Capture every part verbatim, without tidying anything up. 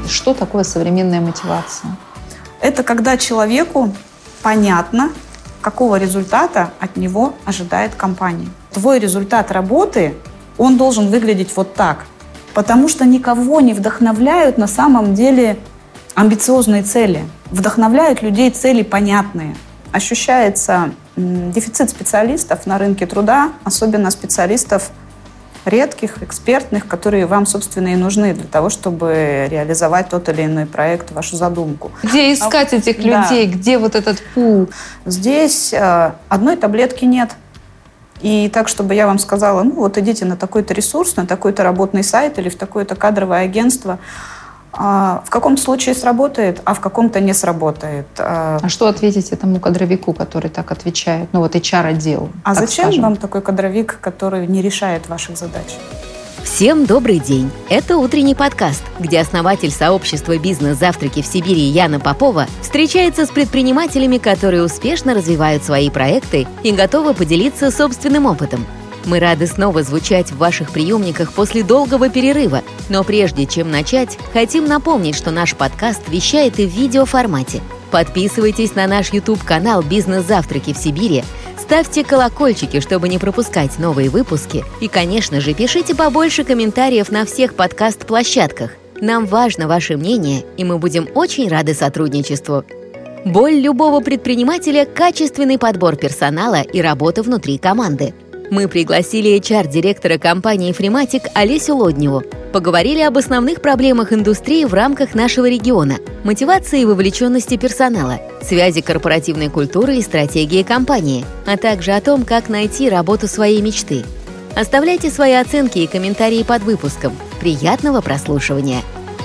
Что такое современная мотивация? Это когда человеку понятно, какого результата от него ожидает компания. Твой результат работы, он должен выглядеть вот так. Потому что никого не вдохновляют на самом деле амбициозные цели. Вдохновляют людей цели понятные. Ощущается м, дефицит специалистов на рынке труда, особенно специалистов редких, экспертных, которые вам, собственно, и нужны для того, чтобы реализовать тот или иной проект, вашу задумку. Где искать а, этих людей? Да. Где вот этот пул? Здесь э, одной таблетки нет. И так, чтобы я вам сказала, ну вот идите на такой-то ресурс, на такой-то работный сайт или в такое-то кадровое агентство. В каком-то случае сработает, а в каком-то не сработает. А что ответить этому кадровику, который так отвечает? Ну вот эйч ар-отдел. А зачем скажем. Вам такой кадровик, который не решает ваших задач? Всем добрый день! Это утренний подкаст, где основатель сообщества «Бизнес-завтраки в Сибири» Яна Попова встречается с предпринимателями, которые успешно развивают свои проекты и готовы поделиться собственным опытом. Мы рады снова звучать в ваших приемниках после долгого перерыва. Но прежде чем начать, хотим напомнить, что наш подкаст вещает и в видеоформате. Подписывайтесь на наш YouTube-канал «Бизнес-завтраки в Сибири», ставьте колокольчики, чтобы не пропускать новые выпуски. И, конечно же, пишите побольше комментариев на всех подкаст-площадках. Нам важно ваше мнение, и мы будем очень рады сотрудничеству. Боль любого предпринимателя – качественный подбор персонала и работа внутри команды. Мы пригласили эйч ар-директора компании «Фриматик» Олесю Лодневу. Поговорили об основных проблемах индустрии в рамках нашего региона, мотивации и вовлеченности персонала, связи корпоративной культуры и стратегии компании, а также о том, как найти работу своей мечты. Оставляйте свои оценки и комментарии под выпуском. Приятного прослушивания!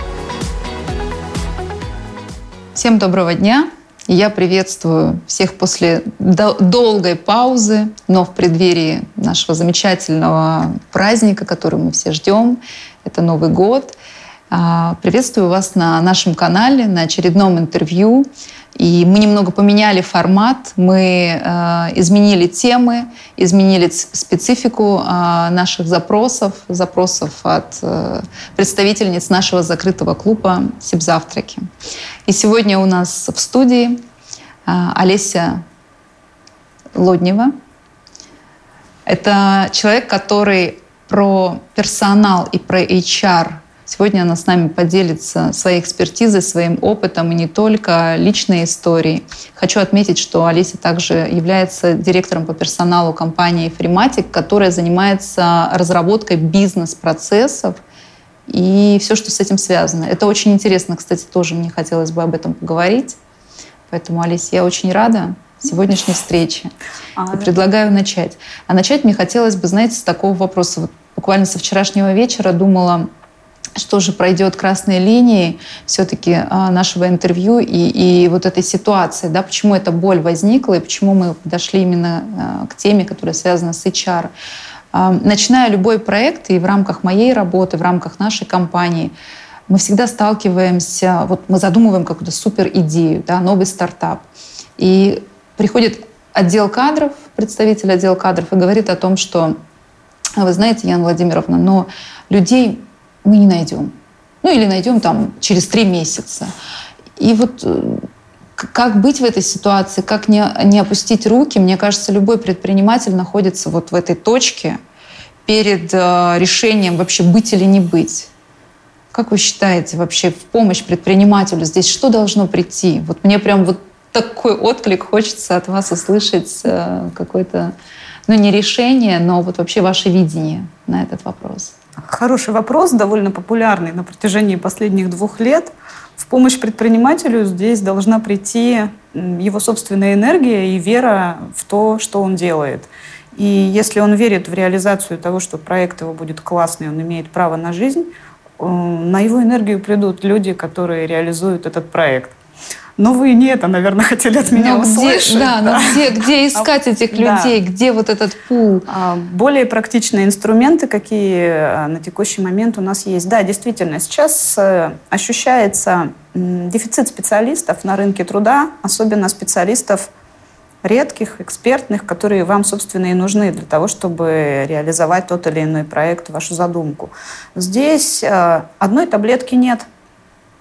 Всем доброго дня! Я приветствую всех после долгой паузы, но в преддверии нашего замечательного праздника, который мы все ждем. Это Новый год. Приветствую вас на нашем канале, на очередном интервью. И мы немного поменяли формат, мы изменили темы, изменили специфику наших запросов, запросов от представительниц нашего закрытого клуба «Сибзавтраки». И сегодня у нас в студии Олеся Лоднева. Это человек, который про персонал и про эйч ар. Сегодня она с нами поделится своей экспертизой, своим опытом и не только личной историей. Хочу отметить, что Олеся также является директором по персоналу компании «Фриматик», которая занимается разработкой бизнес-процессов и все, что с этим связано. Это очень интересно, кстати, тоже мне хотелось бы об этом поговорить. Поэтому, Олеся, я очень рада сегодняшней встрече. А, и предлагаю начать. А начать мне хотелось бы, знаете, с такого вопроса. Вот буквально со вчерашнего вечера думала, что же пройдет красной линией все-таки нашего интервью и, и вот этой ситуации, да, почему эта боль возникла и почему мы подошли именно к теме, которая связана с эйч ар. Начиная любой проект, и в рамках моей работы, в рамках нашей компании, мы всегда сталкиваемся, вот мы задумываем какую-то супер идею, да, новый стартап. И приходит отдел кадров, представитель отдела кадров, и говорит о том, что, вы знаете, Яна Владимировна, но людей мы не найдем. Ну или найдем там через три месяца. И вот как быть в этой ситуации, как не, не опустить руки? Мне кажется, любой предприниматель находится вот в этой точке перед э, решением вообще быть или не быть. Как вы считаете, вообще в помощь предпринимателю здесь что должно прийти? Вот мне прям вот такой отклик хочется от вас услышать, э, какое-то, ну не решение, но вот вообще ваше видение на этот вопрос. Хороший вопрос, довольно популярный на протяжении последних двух лет. В помощь предпринимателю здесь должна прийти его собственная энергия и вера в то, что он делает. И если он верит в реализацию того, что проект его будет классный, он имеет право на жизнь, на его энергию придут люди, которые реализуют этот проект. Но вы не это, наверное, хотели от меня но услышать. Где, да, да. Но где, где искать этих людей, да. Где вот этот пул? Более практичные инструменты, какие на текущий момент у нас есть. Да, действительно, сейчас ощущается дефицит специалистов на рынке труда, особенно специалистов редких, экспертных, которые вам, собственно, и нужны для того, чтобы реализовать тот или иной проект, вашу задумку. Здесь одной таблетки нет.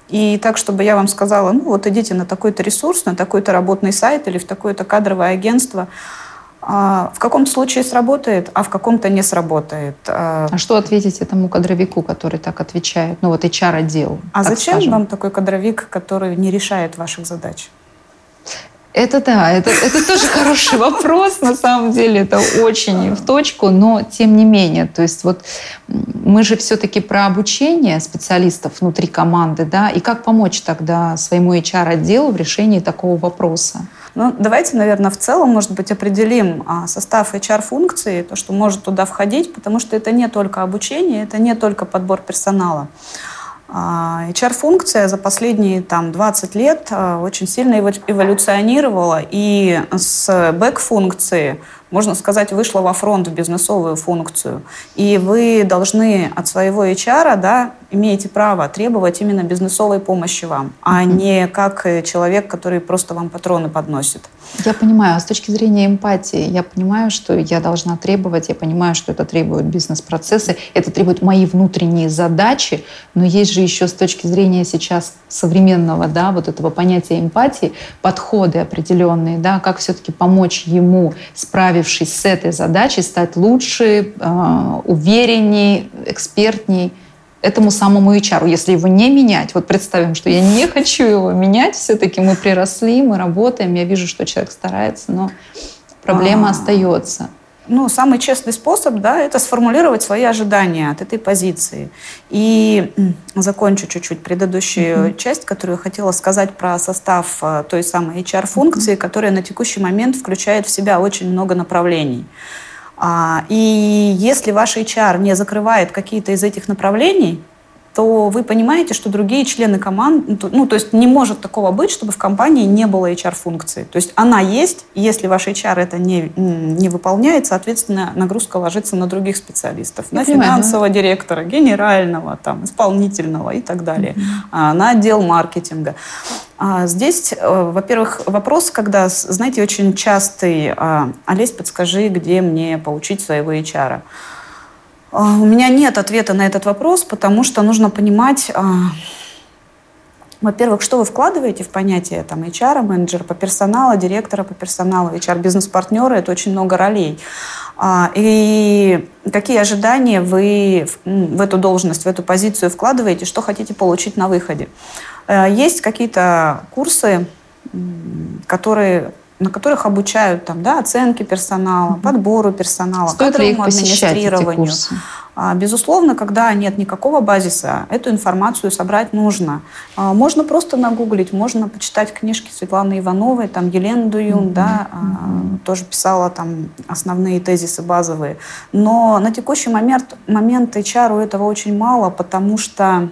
И так, чтобы я вам сказала, ну вот идите на такой-то ресурс, на такой-то работный сайт или в такое-то кадровое агентство. В каком-то случае сработает, а в каком-то не сработает. А что ответить этому кадровику, который так отвечает? Ну вот эйч ар-отдел. А зачем скажем. вам такой кадровик, который не решает ваших задач? Это да, это, это тоже хороший вопрос, на самом деле, это очень в точку, но тем не менее, то есть вот мы же все-таки про обучение специалистов внутри команды, да, и как помочь тогда своему эйч ар-отделу в решении такого вопроса? Ну, давайте, наверное, в целом, может быть, определим а, состав эйч ар-функции, то, что может туда входить, потому что это не только обучение, это не только подбор персонала. эйч ар-функция за последние там, двадцать лет а, очень сильно эволюционировала, и с бэк-функции, можно сказать, вышла во фронт в бизнесовую функцию. И вы должны от своего эйч ар, да, имеете право требовать именно бизнесовой помощи вам, а mm-hmm. не как человек, который просто вам патроны подносит. Я понимаю, а с точки зрения эмпатии, я понимаю, что я должна требовать, я понимаю, что это требует бизнес-процессы, это требует мои внутренние задачи, но есть же еще с точки зрения сейчас современного, да, вот этого понятия эмпатии, подходы определенные, да, как все-таки помочь ему, справившись с этой задачей, стать лучше, э, уверенней, экспертней этому самому эйч ар, если его не менять. Вот представим, что я не хочу его менять, все-таки мы приросли, мы работаем, я вижу, что человек старается, но проблема А-а-а. остается. Ну, самый честный способ, да, это сформулировать свои ожидания от этой позиции. И закончу чуть-чуть предыдущую mm-hmm. часть, которую я хотела сказать про состав той самой эйч ар-функции, mm-hmm. которая на текущий момент включает в себя очень много направлений. И если ваш эйч ар не закрывает какие-то из этих направлений, то вы понимаете, что другие члены команды, ну, то есть не может такого быть, чтобы в компании не было эйч ар-функции. То есть она есть, и если ваш эйч ар это не, не выполняет, соответственно, нагрузка ложится на других специалистов. Я на понимаю, финансового да? директора, генерального, там, исполнительного и так далее, mm-hmm. на отдел маркетинга. Здесь, во-первых, вопрос, когда, знаете, очень частый: «Олесь, подскажи, где мне получить своего эйч ар?» У меня нет ответа на этот вопрос, потому что нужно понимать, во-первых, что вы вкладываете в понятие там, эйч ар, менеджера по персоналу, директора по персоналу, эйч ар-бизнес-партнера. Это очень много ролей. И какие ожидания вы в эту должность, в эту позицию вкладываете, что хотите получить на выходе. Есть какие-то курсы, которые... на которых обучают там, да, оценки персонала, mm-hmm. подбору персонала, Стоит кадровому администрированию. Безусловно, когда нет никакого базиса, эту информацию собрать нужно. Можно просто нагуглить, можно почитать книжки Светланы Ивановой, там, Елены Дуюн, mm-hmm. да, mm-hmm. тоже писала там основные тезисы базовые. Но на текущий момент, момент эйч ар этого очень мало, потому что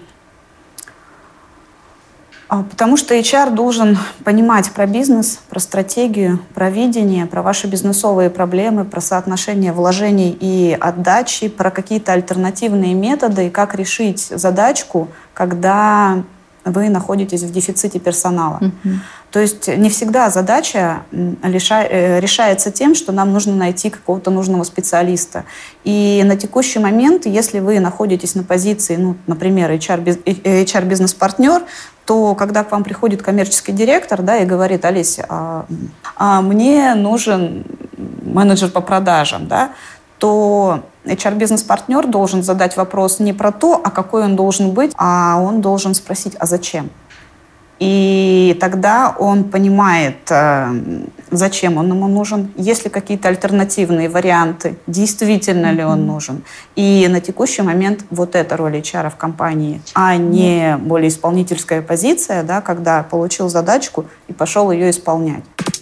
Потому что эйч ар должен понимать про бизнес, про стратегию, про видение, про ваши бизнесовые проблемы, про соотношение вложений и отдачи, про какие-то альтернативные методы и как решить задачку, когда вы находитесь в дефиците персонала. Mm-hmm. То есть не всегда задача решается тем, что нам нужно найти какого-то нужного специалиста. И на текущий момент, если вы находитесь на позиции, ну, например, эйч ар-бизнес-партнер, то когда к вам приходит коммерческий директор, да, и говорит: «Олесь, а, а мне нужен менеджер по продажам», да, то эйч ар-бизнес-партнер должен задать вопрос не про то, а какой он должен быть, а он должен спросить: «А зачем?». И тогда он понимает, зачем он ему нужен, есть ли какие-то альтернативные варианты, действительно mm-hmm. ли он нужен. И на текущий момент вот эта роль эйч ар в компании, а не mm-hmm. более исполнительская позиция, да, когда получил задачку и пошел ее исполнять.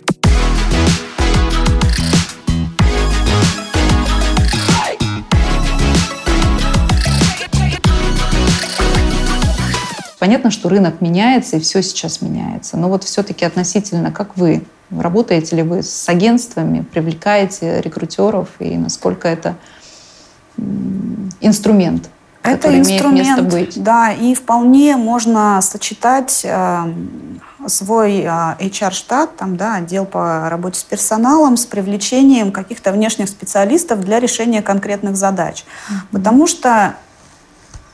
Понятно, что рынок меняется, и все сейчас меняется. Но вот все-таки относительно, как вы, работаете ли вы с агентствами, привлекаете рекрутеров, и насколько это инструмент, это который инструмент, имеет место быть? Да, и вполне можно сочетать э, свой э, эйч ар-штат, там, да, отдел по работе с персоналом, с привлечением каких-то внешних специалистов для решения конкретных задач. Mm-hmm. Потому что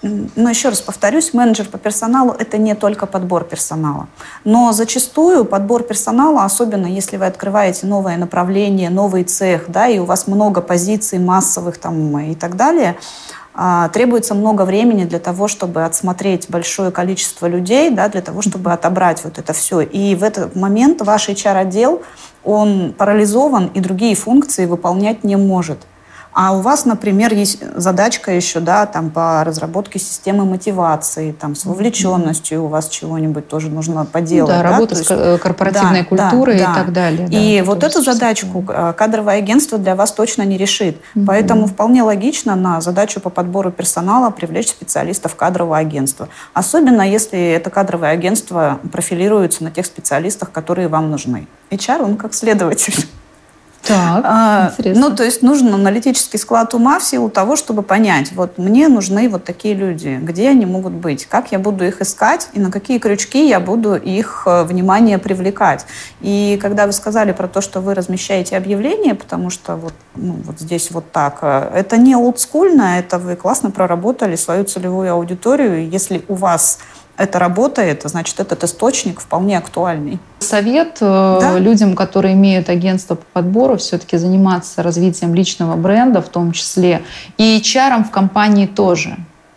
но еще раз повторюсь, менеджер по персоналу – это не только подбор персонала. Но зачастую подбор персонала, особенно если вы открываете новое направление, новый цех, да, и у вас много позиций массовых там, и так далее, требуется много времени для того, чтобы отсмотреть большое количество людей, да, для того, чтобы отобрать вот это все. И в этот момент ваш эйч ар-отдел, он парализован и другие функции выполнять не может. А у вас, например, есть задачка еще, да, там, по разработке системы мотивации, там, с вовлеченностью mm-hmm. у вас чего-нибудь тоже нужно поделать. Ну, да, да, работа с есть, корпоративной да, культурой да, и да. так далее. И да, вот эту задачку кадровое агентство для вас точно не решит. Mm-hmm. Поэтому вполне логично на задачу по подбору персонала привлечь специалистов кадрового агентства. Особенно, если это кадровое агентство профилируется на тех специалистах, которые вам нужны. эйч ар, он как следователь. Так, а, ну, то есть нужен аналитический склад ума в силу того, чтобы понять, вот мне нужны вот такие люди, где они могут быть, как я буду их искать и на какие крючки я буду их внимание привлекать. И когда вы сказали про то, что вы размещаете объявления, потому что вот, ну, вот здесь вот так, это не олдскульно, это вы классно проработали свою целевую аудиторию, если у вас это работает, значит, этот источник вполне актуальный. Совет да? людям, которые имеют агентство по подбору, все-таки заниматься развитием личного бренда в том числе, и эйч ар в компании тоже.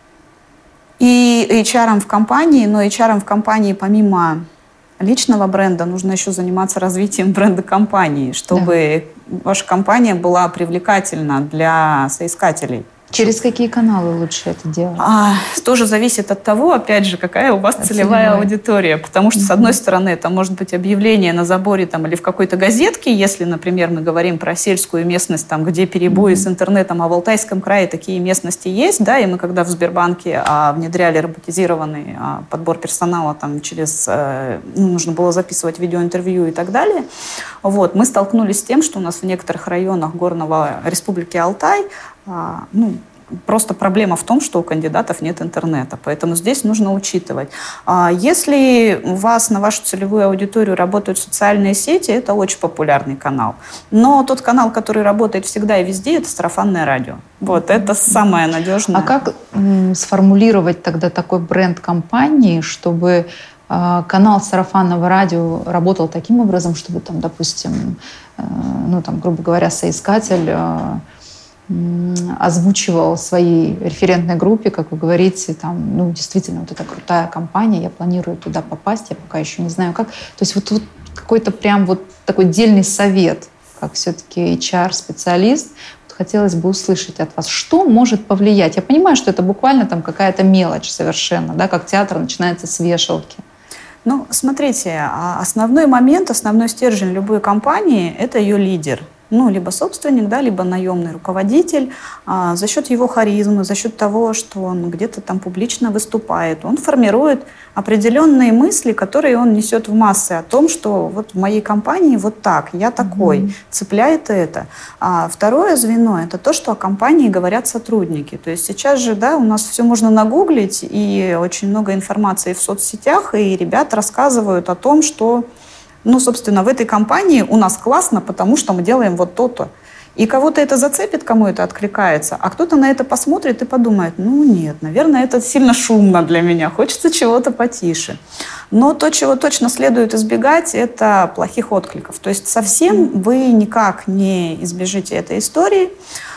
И эйч ар в компании, но эйч ар в компании помимо личного бренда нужно еще заниматься развитием бренда компании, чтобы да. ваша компания была привлекательна для соискателей. Через какие каналы лучше это делать? А, тоже зависит от того, опять же, какая у вас целевая, целевая аудитория. Потому что, mm-hmm. с одной стороны, это может быть объявление на заборе там, или в какой-то газетке, если, например, мы говорим про сельскую местность, там, где перебои mm-hmm. с интернетом, а в Алтайском крае такие местности есть, да, и мы когда в Сбербанке а, внедряли роботизированный а, подбор персонала, там, через, а, ну, нужно было записывать видеоинтервью и так далее, вот, мы столкнулись с тем, что у нас в некоторых районах горного Республики Алтай А, ну, просто проблема в том, что у кандидатов нет интернета. Поэтому здесь нужно учитывать. А, если у вас на вашу целевую аудиторию работают социальные сети, это очень популярный канал. Но тот канал, который работает всегда и везде, это сарафанное радио. Вот, это самое надежное. А как м, сформулировать тогда такой бренд компании, чтобы э, канал сарафанного радио работал таким образом, чтобы, там, допустим, э, ну, там, грубо говоря, соискатель э, озвучивал своей референтной группе, как вы говорите, там, ну, действительно, вот это крутая компания, я планирую туда попасть, я пока еще не знаю как. То есть вот, вот какой-то прям вот такой дельный совет, как все-таки эйч ар-специалист, вот хотелось бы услышать от вас, что может повлиять. Я понимаю, что это буквально там какая-то мелочь совершенно, да, как театр начинается с вешалки. Ну, смотрите, основной момент, основной стержень любой компании – это ее лидер. Ну, либо собственник, да, либо наемный руководитель, а, за счет его харизмы, за счет того, что он где-то там публично выступает, он формирует определенные мысли, которые он несет в массы о том, что вот в моей компании вот так, я такой, mm-hmm. цепляет это. А второе звено – это то, что о компании говорят сотрудники. То есть сейчас же, да, у нас все можно нагуглить, и очень много информации в соцсетях, и ребята рассказывают о том, что ну, собственно, в этой компании у нас классно, потому что мы делаем вот то-то. И кого-то это зацепит, кому это откликается, а кто-то на это посмотрит и подумает, ну нет, наверное, это сильно шумно для меня, хочется чего-то потише. Но то, чего точно следует избегать, это плохих откликов. То есть совсем вы никак не избежите этой истории,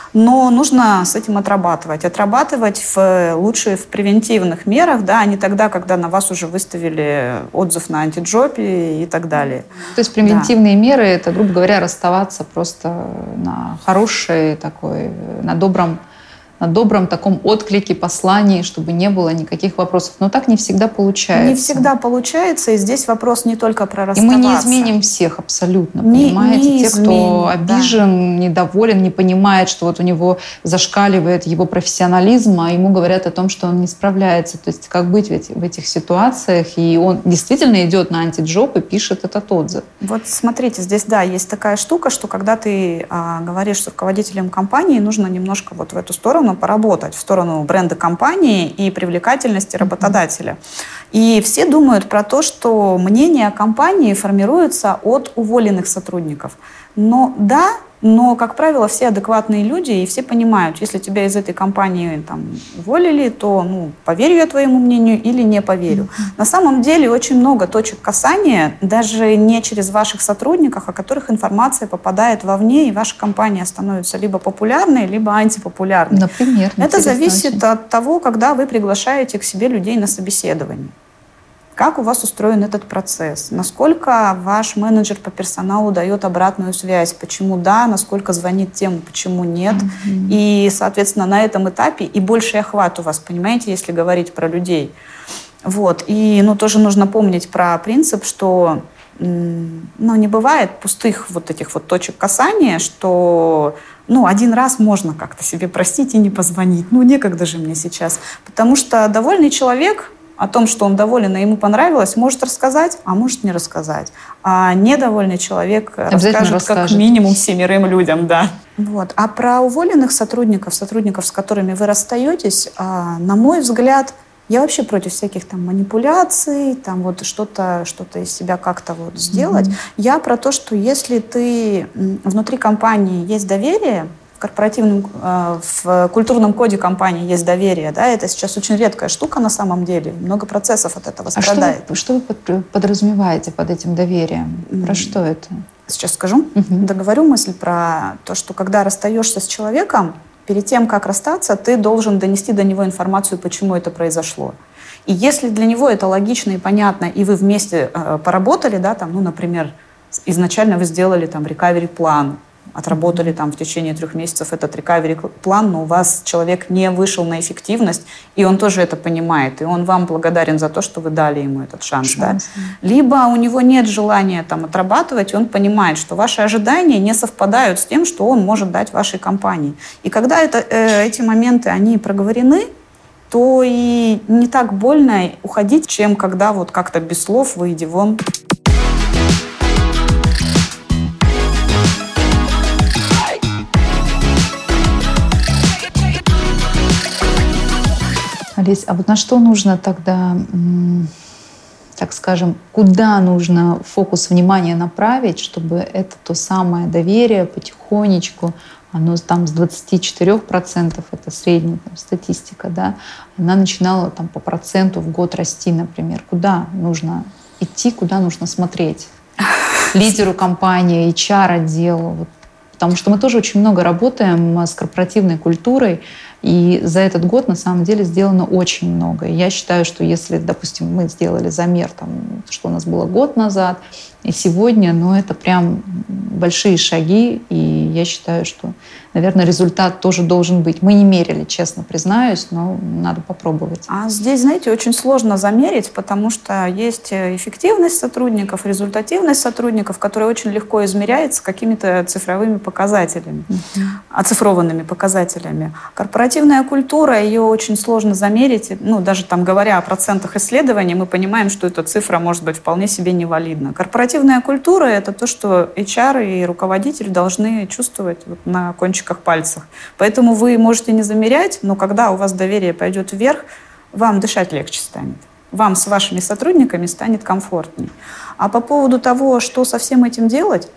но нужно с этим отрабатывать. Отрабатывать в, лучше в превентивных мерах, да, а не тогда, когда на вас уже выставили отзыв на антиджопе и так далее. То есть превентивные да. меры – это, грубо говоря, расставаться просто на хорошей такой, на добром, на добром таком отклике, послании, чтобы не было никаких вопросов. Но так не всегда получается. Не всегда получается, и здесь вопрос не только про расставаться. И мы не изменим всех абсолютно, не, понимаете? Не Те, изменим, кто обижен, да. недоволен, не понимает, что вот у него зашкаливает его профессионализм, а ему говорят о том, что он не справляется. То есть как быть в, эти, в этих ситуациях? И он действительно идет на антиджоп и пишет этот отзыв. Вот смотрите, здесь, да, есть такая штука, что когда ты а, говоришь с руководителем компании, нужно немножко вот в эту сторону поработать, в сторону бренда компании и привлекательности работодателя. И все думают про то, что мнение о компании формируется от уволенных сотрудников. Но да, Но, как правило, все адекватные люди, и все понимают, если тебя из этой компании там, уволили, то ну, поверю я твоему мнению или не поверю. Mm-hmm. На самом деле очень много точек касания, даже не через ваших сотрудников, о которых информация попадает вовне, и ваша компания становится либо популярной, либо антипопулярной. Например, это зависит очень. от того, когда вы приглашаете к себе людей на собеседование. Как у вас устроен этот процесс? Насколько ваш менеджер по персоналу дает обратную связь? Почему да, насколько звонит тем, почему нет? Mm-hmm. И, соответственно, на этом этапе и больший охват у вас, понимаете, если говорить про людей. Вот. И ну, тоже нужно помнить про принцип, что ну, не бывает пустых вот этих вот точек касания, что ну, один раз можно как-то себе простить и не позвонить. Ну, некогда же мне сейчас. Потому что довольный человек о том, что он доволен и ему понравилось, может рассказать, а может не рассказать. А недовольный человек расскажет, расскажет как минимум семерым людям. Да. Вот. А про уволенных сотрудников, сотрудников, с которыми вы расстаетесь, на мой взгляд, я вообще против всяких там манипуляций, там вот что-то, что-то из себя как-то вот сделать. Mm-hmm. Я про то, что если ты внутри компании есть доверие, в корпоративном, в культурном коде компании есть доверие, да, это сейчас очень редкая штука на самом деле, много процессов от этого страдает. А что вы, что вы подразумеваете под этим доверием? Про mm-hmm. что это? Сейчас скажу. Mm-hmm. Договорю мысль про то, что когда расстаешься с человеком, перед тем, как расстаться, ты должен донести до него информацию, почему это произошло. И если для него это логично и понятно, и вы вместе э, поработали, да, там, ну, например, изначально вы сделали там рекавери-план, отработали там в течение трех месяцев этот рекавери-план, но у вас человек не вышел на эффективность, и он тоже это понимает, и он вам благодарен за то, что вы дали ему этот шанс. шанс. Да? Либо у него нет желания там отрабатывать, и он понимает, что ваши ожидания не совпадают с тем, что он может дать вашей компании. И когда это, э, эти моменты, они проговорены, то и не так больно уходить, чем когда вот как-то без слов выйди вон. Олесь, а вот на что нужно тогда, так скажем, куда нужно фокус внимания направить, чтобы это то самое доверие потихонечку, оно там с двадцати четырёх процентов, это средняя там, статистика, да, она начинала там по проценту в год расти, например. Куда нужно идти, куда нужно смотреть? Лидеру компании, эйч ар-отделу, вот. Потому что мы тоже очень много работаем с корпоративной культурой, и за этот год на самом деле сделано очень много. И я считаю, что если, допустим, мы сделали замер, там, что у нас было год назад, и сегодня, ну, это прям большие шаги, и я считаю, что, наверное, результат тоже должен быть. Мы не мерили, честно признаюсь, но надо попробовать. А здесь, знаете, очень сложно замерить, потому что есть эффективность сотрудников, результативность сотрудников, которая очень легко измеряется какими-то цифровыми показателями, uh-huh. оцифрованными показателями. Корпоративная культура, ее очень сложно замерить. Ну, даже там, говоря о процентах исследований, мы понимаем, что эта цифра может быть вполне себе невалидна. Корпоративная культура — это то, что эйч ар и руководитель должны чувствовать вот на кончиках пальцев. Поэтому вы можете не замерять, но когда у вас доверие пойдет вверх, вам дышать легче станет. Вам с вашими сотрудниками станет комфортней. А по поводу того, что со всем этим делать,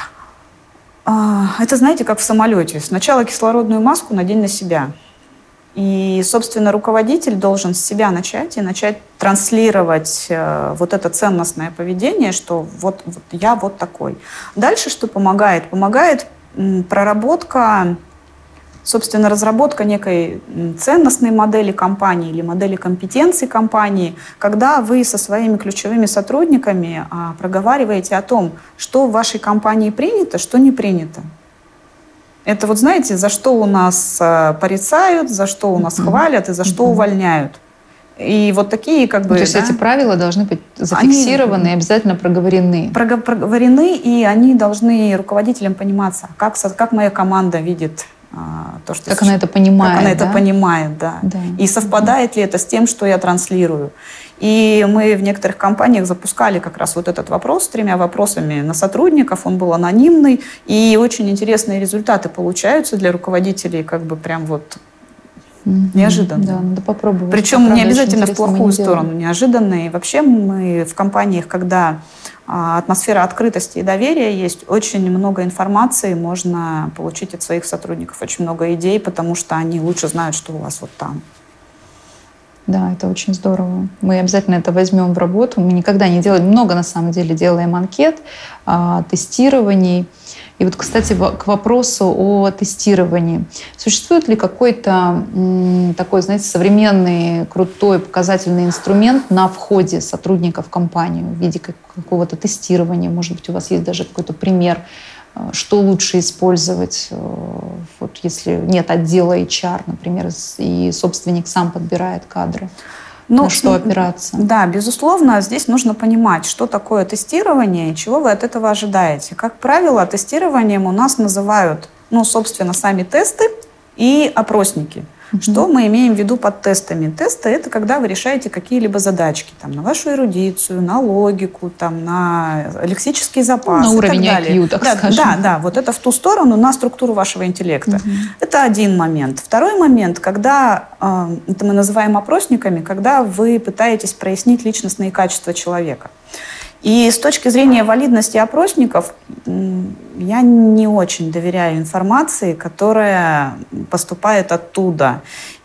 это, знаете, как в самолете. Сначала кислородную маску надень на себя. И, собственно, руководитель должен с себя начать и начать транслировать э, вот это ценностное поведение, что вот, вот я вот такой. Дальше что помогает? Помогает м, проработка, собственно, разработка некой ценностной модели компании или модели компетенций компании, когда вы со своими ключевыми сотрудниками а, проговариваете о том, что в вашей компании принято, что не принято. Это вот, знаете, за что у нас э, порицают, за что у нас mm-hmm. хвалят и за что mm-hmm. увольняют. И вот такие как бы... То есть да, эти правила должны быть зафиксированы они, и обязательно проговорены. Проговорены, и они должны руководителям пониматься, как, как моя команда видит а, то, что... Как сейчас, она это понимает, Как она да? это понимает, да. да. И совпадает ли это с тем, что я транслирую. И мы в некоторых компаниях запускали как раз вот этот вопрос с тремя вопросами на сотрудников. Он был анонимный, и очень интересные результаты получаются для руководителей, как бы прям вот mm-hmm. неожиданно. Да, надо попробовать. Причем не обязательно в плохую сторону, неожиданно. И вообще мы в компаниях, когда атмосфера открытости и доверия есть. Очень много информации можно получить от своих сотрудников, очень много идей, потому что они лучше знают, что у вас вот там. Да, это очень здорово. Мы обязательно это возьмем в работу. Мы никогда не делаем, много на самом деле делаем анкет, тестирований. И вот, кстати, к вопросу о тестировании. Существует ли какой-то м, такой, знаете, современный, крутой, показательный инструмент на входе сотрудника в компанию в виде как, какого-то тестирования? Может быть, у вас есть даже какой-то пример, что лучше использовать, вот, если нет отдела эйч ар, например, и собственник сам подбирает кадры? Ну, на что опираться? Да, безусловно, здесь нужно понимать, что такое тестирование и чего вы от этого ожидаете. Как правило, тестированием у нас называют, ну, собственно, сами тесты и опросники. Mm-hmm. Что мы имеем в виду под тестами? Тесты — это когда вы решаете какие-либо задачки там, на вашу эрудицию, на логику, там, на лексический запас, ну, на и уровень так далее. ай кью, так да, скажем. Да, да, вот это в ту сторону, на структуру вашего интеллекта. Mm-hmm. Это один момент. Второй момент, когда, э, это мы называем опросниками, когда вы пытаетесь прояснить личностные качества человека. И с точки зрения валидности опросников, я не очень доверяю информации, которая поступает оттуда.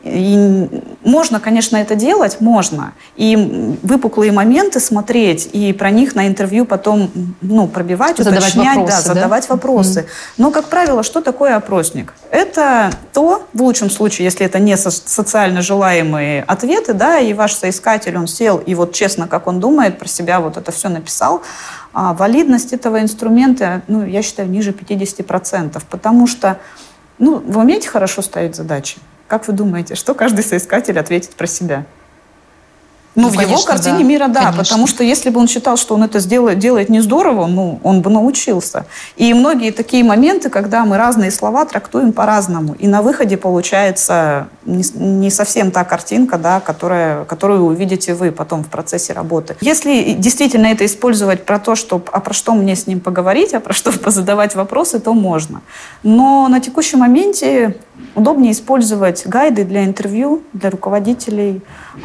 И можно, конечно, это делать, можно. И выпуклые моменты смотреть, и про них на интервью потом ну, пробивать, задавать уточнять, вопросы, да, задавать да? вопросы. Mm-hmm. Но, как правило, что такое опросник? Это то, в лучшем случае, если это не со- социально желаемые ответы, да, и ваш соискатель, он сел, и вот честно, как он думает про себя, вот это все написал, а валидность этого инструмента, ну, я считаю, ниже пятьдесят процентов, потому что, ну, вы умеете хорошо ставить задачи? Как вы думаете, что каждый соискатель ответит про себя? Ну, ну в конечно, его картине да. мира, да, конечно. Потому что если бы он считал, что он это сделает, делает не здорово, ну, он бы научился. И многие такие моменты, когда мы разные слова трактуем по-разному, и на выходе получается не, не совсем та картинка, да, которая, которую увидите вы потом в процессе работы. Если действительно это использовать про то, что, а про что мне с ним поговорить, а про что позадавать вопросы, то можно. Но на текущем моменте удобнее использовать гайды для интервью, для руководителей,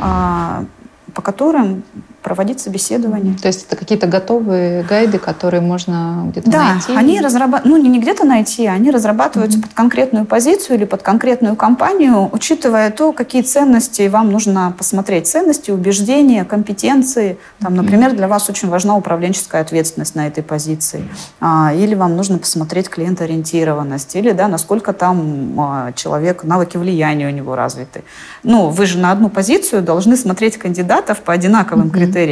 по которым проводить собеседование. То есть это какие-то готовые гайды, которые можно где-то да, найти? Да, они разрабатываются, ну не где-то найти, они разрабатываются mm-hmm. под конкретную позицию или под конкретную компанию, учитывая то, какие ценности вам нужно посмотреть. Ценности, убеждения, компетенции. Там, например, для вас очень важна управленческая ответственность на этой позиции. А, или вам нужно посмотреть клиентоориентированность, или да, насколько там а, человек, навыки влияния у него развиты. Ну, вы же на одну позицию должны смотреть кандидатов по одинаковым mm-hmm. критериям.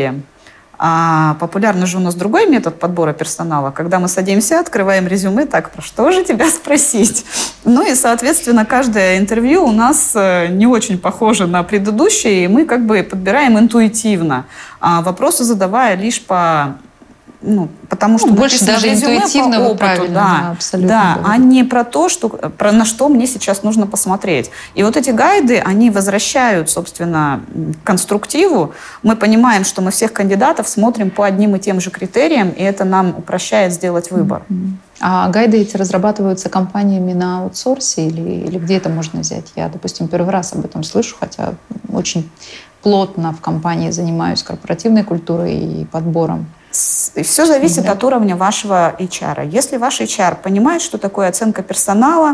А популярный же у нас другой метод подбора персонала, когда мы садимся, открываем резюме, так, про что же тебя спросить? Ну и, соответственно, каждое интервью у нас не очень похоже на предыдущее, и мы как бы подбираем интуитивно, а вопросы задавая лишь по... Ну, потому что ну, больше даже интуитивно, по опыту, да, да, абсолютно, да, а не про то, что, про на что мне сейчас нужно посмотреть. И вот эти гайды, они возвращают, собственно, к конструктиву. Мы понимаем, что мы всех кандидатов смотрим по одним и тем же критериям, и это нам упрощает сделать выбор. Mm-hmm. А гайды эти разрабатываются компаниями на аутсорсе или, или где это можно взять? Я, допустим, первый раз об этом слышу, хотя очень плотно в компании занимаюсь корпоративной культурой и подбором. Все зависит да. от уровня вашего эйч ар. Если ваш эйч ар понимает, что такое оценка персонала,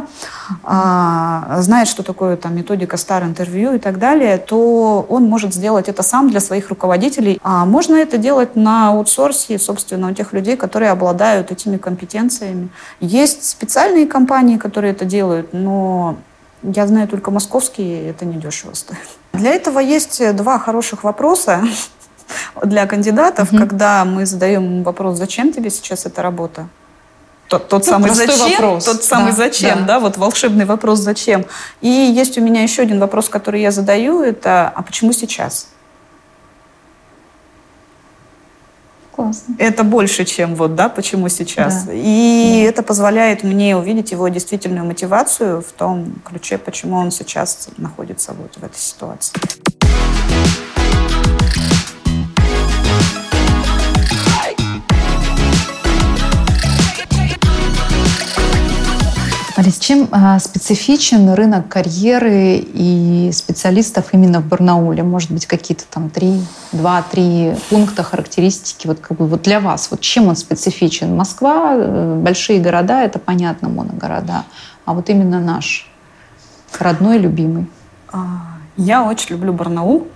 а, знает, что такое там, методика стар-интервью и так далее, то он может сделать это сам для своих руководителей. А можно это делать на аутсорсе, собственно, у тех людей, которые обладают этими компетенциями. Есть специальные компании, которые это делают, но я знаю только московские, это недешево стоит. Для этого есть два хороших вопроса для кандидатов, mm-hmm. когда мы задаем им вопрос, зачем тебе сейчас эта работа? Тот, тот ну, самый зачем, вопрос. Тот самый да, зачем, да. да, вот волшебный вопрос зачем. И есть у меня еще один вопрос, который я задаю, это а почему сейчас? Классно. Это больше, чем вот, да, почему сейчас. Да. И да. это позволяет мне увидеть его действительную мотивацию в том ключе, почему он сейчас находится вот в этой ситуации. Алис, Чем а, специфичен рынок карьеры и специалистов именно в Барнауле? Может быть, какие-то там три, два-три пункта, характеристики вот как бы вот для вас? Вот чем он специфичен? Москва, большие города, это понятно, моногорода. А вот именно наш родной, любимый. Я очень люблю Барнаул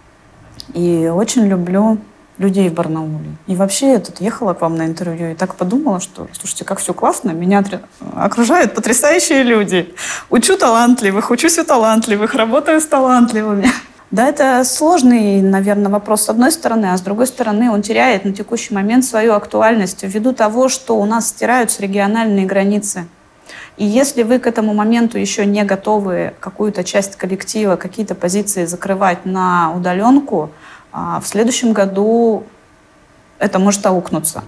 и очень люблю людей в Барнауле. И вообще я тут ехала к вам на интервью и так подумала, что, слушайте, как все классно, меня окружают потрясающие люди. Учу талантливых, учусь у талантливых, работаю с талантливыми. Да, это сложный, наверное, вопрос с одной стороны, а с другой стороны он теряет на текущий момент свою актуальность ввиду того, что у нас стираются региональные границы. И если вы к этому моменту еще не готовы какую-то часть коллектива, какие-то позиции закрывать на удаленку, в следующем году это может аукнуться.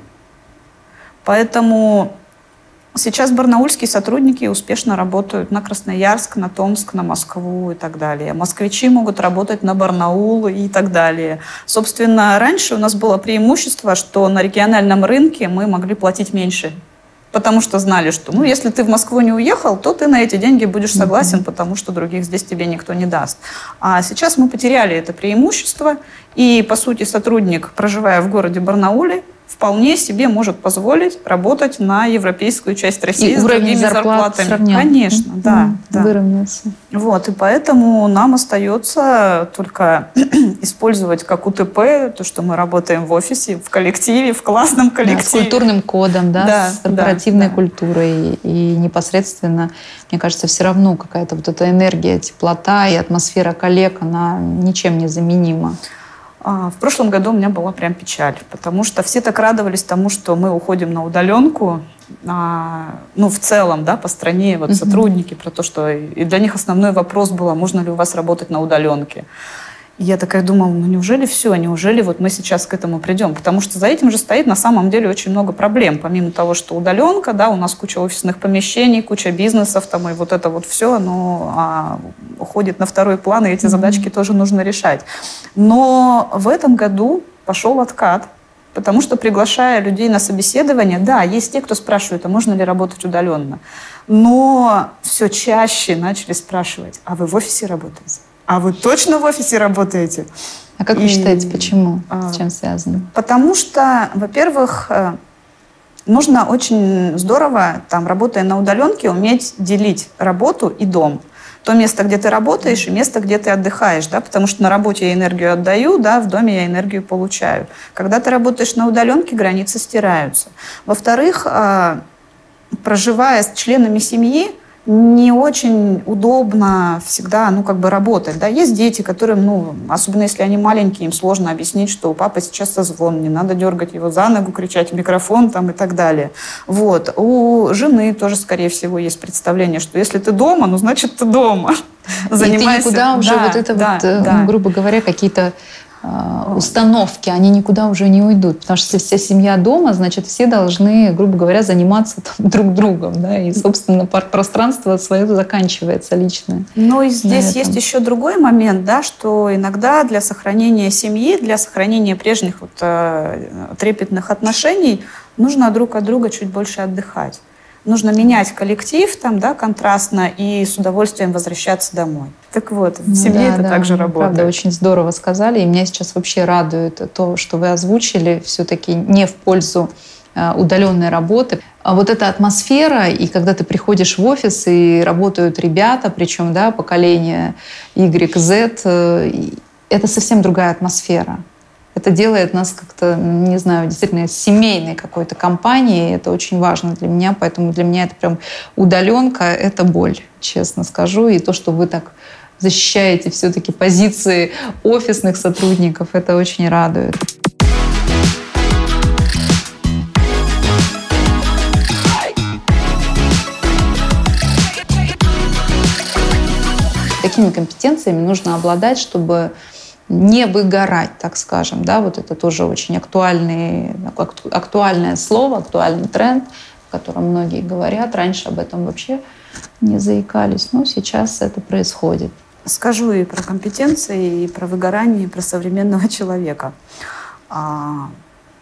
Поэтому сейчас барнаульские сотрудники успешно работают на Красноярск, на Томск, на Москву и так далее. Москвичи могут работать на Барнаул и так далее. Собственно, раньше у нас было преимущество, что на региональном рынке мы могли платить меньше. Потому что знали, что ну, если ты в Москву не уехал, то ты на эти деньги будешь согласен, потому что других здесь тебе никто не даст. А сейчас мы потеряли это преимущество, и, по сути, сотрудник, проживая в городе Барнауле, вполне себе может позволить работать на европейскую часть России и с другими зарплатами. Сравнен. Конечно, mm-hmm. да. да. Выровняется. Вот, и поэтому нам остается только использовать как УТП то, что мы работаем в офисе, в коллективе, в классном коллективе. Да, с культурным кодом, да, да с корпоративной да, культурой. Да. И непосредственно, мне кажется, все равно какая-то вот эта энергия, теплота и атмосфера коллег, она ничем не заменима. В прошлом году у меня была прям печаль, потому что все так радовались тому, что мы уходим на удаленку, ну, в целом, да, по стране, вот, uh-huh. сотрудники, про то, что и для них основной вопрос был, а можно ли у вас работать на удаленке. И я такая думала, ну неужели все, неужели вот мы сейчас к этому придем? Потому что за этим же стоит на самом деле очень много проблем. Помимо того, что удаленка, да, у нас куча офисных помещений, куча бизнесов, там, и вот это вот все, оно а, уходит на второй план, и эти mm-hmm. задачки тоже нужно решать. Но в этом году пошел откат, потому что, приглашая людей на собеседование, да, есть те, кто спрашивает, а можно ли работать удаленно, но все чаще начали спрашивать, а вы в офисе работаете? А вы точно в офисе работаете? А как вы и, считаете, почему? А, С чем связано? Потому что, во-первых, нужно очень здорово, там, работая на удаленке, уметь делить работу и дом. То место, где ты работаешь, и место, где ты отдыхаешь, да, потому что на работе я энергию отдаю, да, в доме я энергию получаю. Когда ты работаешь на удаленке, границы стираются. Во-вторых, проживая с членами семьи, не очень удобно всегда, ну, как бы работать, да. Есть дети, которым, ну, особенно если они маленькие, им сложно объяснить, что у папы сейчас созвон, не надо дергать его за ногу, кричать в микрофон там и так далее. Вот. У жены тоже, скорее всего, есть представление, что если ты дома, ну, значит, ты дома. И занимайся. Ты никуда уже да, вот это да, вот, да. Ну, грубо говоря, какие-то установки, они никуда уже не уйдут. Потому что если вся семья дома, значит, все должны, грубо говоря, заниматься там, друг другом. Да? И, собственно, пространство свое заканчивается личное. Но и здесь есть еще другой момент, да, что иногда для сохранения семьи, для сохранения прежних вот, э, трепетных отношений нужно друг от друга чуть больше отдыхать. Нужно менять коллектив там, да, контрастно и с удовольствием возвращаться домой. Так вот, в семье ну, да, это да, также работает. Правда, очень здорово сказали. И меня сейчас вообще радует то, что вы озвучили все-таки не в пользу э, удаленной работы. А вот эта атмосфера, и когда ты приходишь в офис, и работают ребята, причем да, поколение Y, Z, э, это совсем другая атмосфера. Это делает нас как-то, не знаю, действительно семейной какой-то компанией. Это очень важно для меня, поэтому для меня это прям удаленка, это боль, честно скажу. И то, что вы так защищаете все-таки позиции офисных сотрудников, это очень радует. Какими компетенциями нужно обладать, чтобы не выгорать, так скажем, да, вот это тоже очень актуальный, актуальное слово, актуальный тренд, о котором многие говорят. Раньше об этом вообще не заикались, но сейчас это происходит. Скажу и про компетенции, и про выгорание, и про современного человека.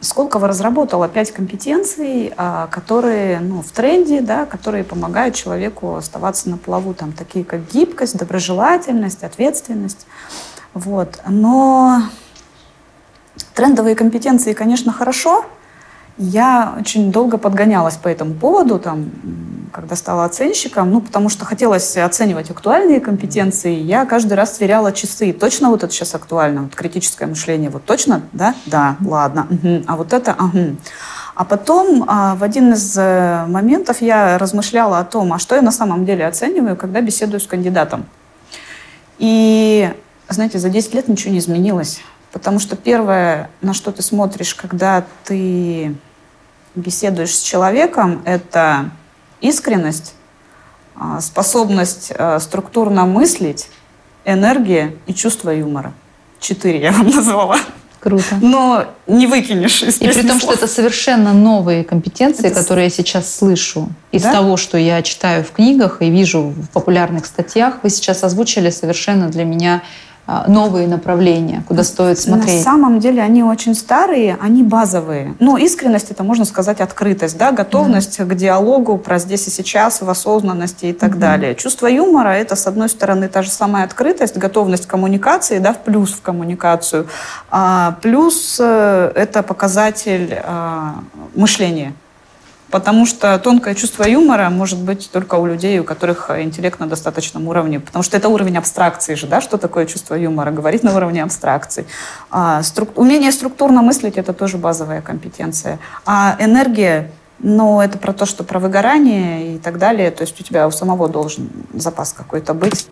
Сколково разработала пять компетенций, которые ну, в тренде, да, которые помогают человеку оставаться на плаву, там, такие как гибкость, доброжелательность, ответственность. Вот. Но трендовые компетенции, конечно, хорошо. Я очень долго подгонялась по этому поводу, там, когда стала оценщиком, ну, потому что хотелось оценивать актуальные компетенции. Я каждый раз сверяла часы. Точно вот это сейчас актуально? Вот критическое мышление. Вот точно? Да? Да, ладно. Угу. А вот это? Ага. А потом а, в один из э, моментов я размышляла о том, а что я на самом деле оцениваю, когда беседую с кандидатом. И, знаете, за десять лет ничего не изменилось. Потому что первое, на что ты смотришь, когда ты беседуешь с человеком, это искренность, способность структурно мыслить, энергия и чувство юмора. Четыре я вам назвала. Круто. Но не выкинешь из И при том, что это совершенно новые компетенции, это... которые я сейчас слышу. Из да? того, что я читаю в книгах и вижу в популярных статьях, вы сейчас озвучили совершенно для меня новые направления, куда стоит смотреть. На самом деле они очень старые, они базовые. Ну, искренность — это, можно сказать, открытость, да, готовность mm-hmm. к диалогу про здесь и сейчас, в осознанности и так mm-hmm. далее. Чувство юмора — это, с одной стороны, та же самая открытость, готовность к коммуникации, да, в плюс в коммуникацию, а плюс это показатель а, мышления. Потому что тонкое чувство юмора может быть только у людей, у которых интеллект на достаточном уровне. Потому что это уровень абстракции же, да, что такое чувство юмора? Говорить на уровне абстракции. А, струк... Умение структурно мыслить — это тоже базовая компетенция. А энергия, ну, это про то, что про выгорание и так далее. То есть у тебя у самого должен запас какой-то быть.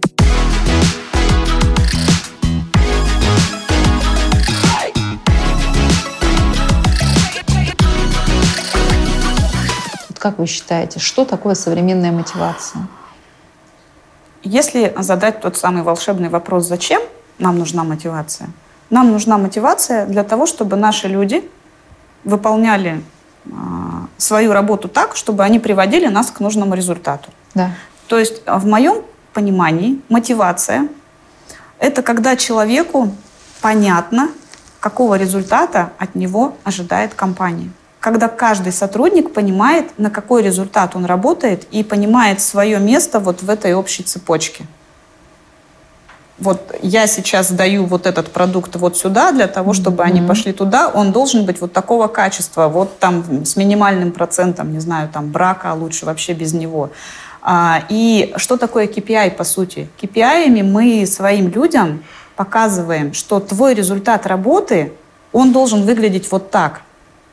Как вы считаете, что такое современная мотивация? Если задать тот самый волшебный вопрос «Зачем нам нужна мотивация?», нам нужна мотивация для того, чтобы наши люди выполняли э, свою работу так, чтобы они приводили нас к нужному результату. Да. То есть в моем понимании мотивация – это когда человеку понятно, какого результата от него ожидает компания. Когда каждый сотрудник понимает, на какой результат он работает, и понимает свое место вот в этой общей цепочке. Вот я сейчас даю вот этот продукт вот сюда, для того, чтобы mm-hmm. они пошли туда, он должен быть вот такого качества, вот там с минимальным процентом, не знаю, там брака, а лучше вообще без него. А, и что такое кей пи ай, по сути? кей пи ай-ами мы своим людям показываем, что твой результат работы, он должен выглядеть вот так.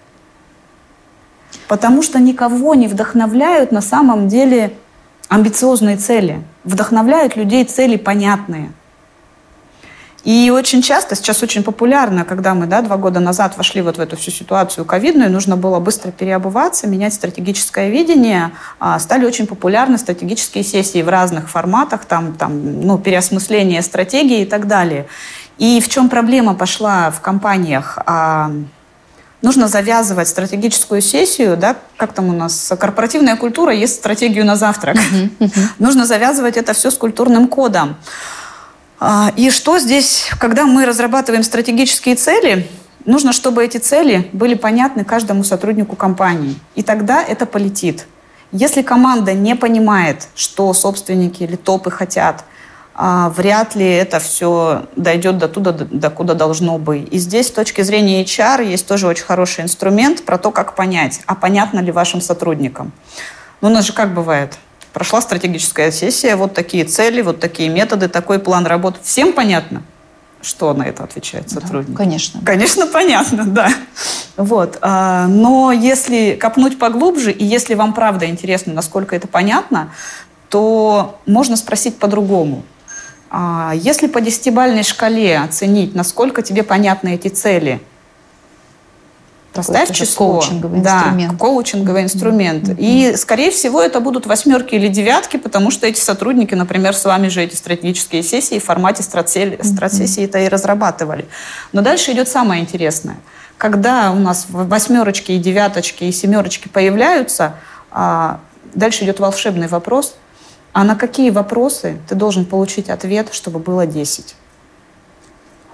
Потому что никого не вдохновляют на самом деле амбициозные цели. Вдохновляют людей цели понятные. И очень часто, сейчас очень популярно, когда мы да, два года назад вошли вот в эту всю ситуацию ковидную, нужно было быстро переобуваться, менять стратегическое видение, стали очень популярны стратегические сессии в разных форматах, там, там, ну, переосмысление стратегии и так далее. И в чем проблема пошла в компаниях? Нужно завязывать стратегическую сессию, да, как там у нас корпоративная культура, есть стратегию на завтрак. Uh-huh, uh-huh. Нужно завязывать это все с культурным кодом. И что здесь, когда мы разрабатываем стратегические цели, нужно, чтобы эти цели были понятны каждому сотруднику компании. И тогда это полетит. Если команда не понимает, что собственники или топы хотят, вряд ли это все дойдет до туда, до куда должно быть. И здесь с точки зрения эйч ар есть тоже очень хороший инструмент про то, как понять, а понятно ли вашим сотрудникам. Ну, у нас же как бывает? Прошла стратегическая сессия, вот такие цели, вот такие методы, такой план работы. Всем понятно? Что на это отвечает сотрудник? Да, конечно. Конечно, понятно, да. Вот. Но если копнуть поглубже, и если вам правда интересно, насколько это понятно, то можно спросить по-другому. Если по десятибалльной шкале оценить, насколько тебе понятны эти цели, поставь число. Коучинговый да, инструмент. Коучинговый инструмент. Mm-hmm. И, скорее всего, это будут восьмерки или девятки, потому что эти сотрудники, например, с вами же эти стратегические сессии в формате стратсессии-то mm-hmm. и разрабатывали. Но дальше идет самое интересное. Когда у нас восьмерочки и девяточки и семерочки появляются, дальше идет волшебный вопрос. А на какие вопросы ты должен получить ответ, чтобы было десять?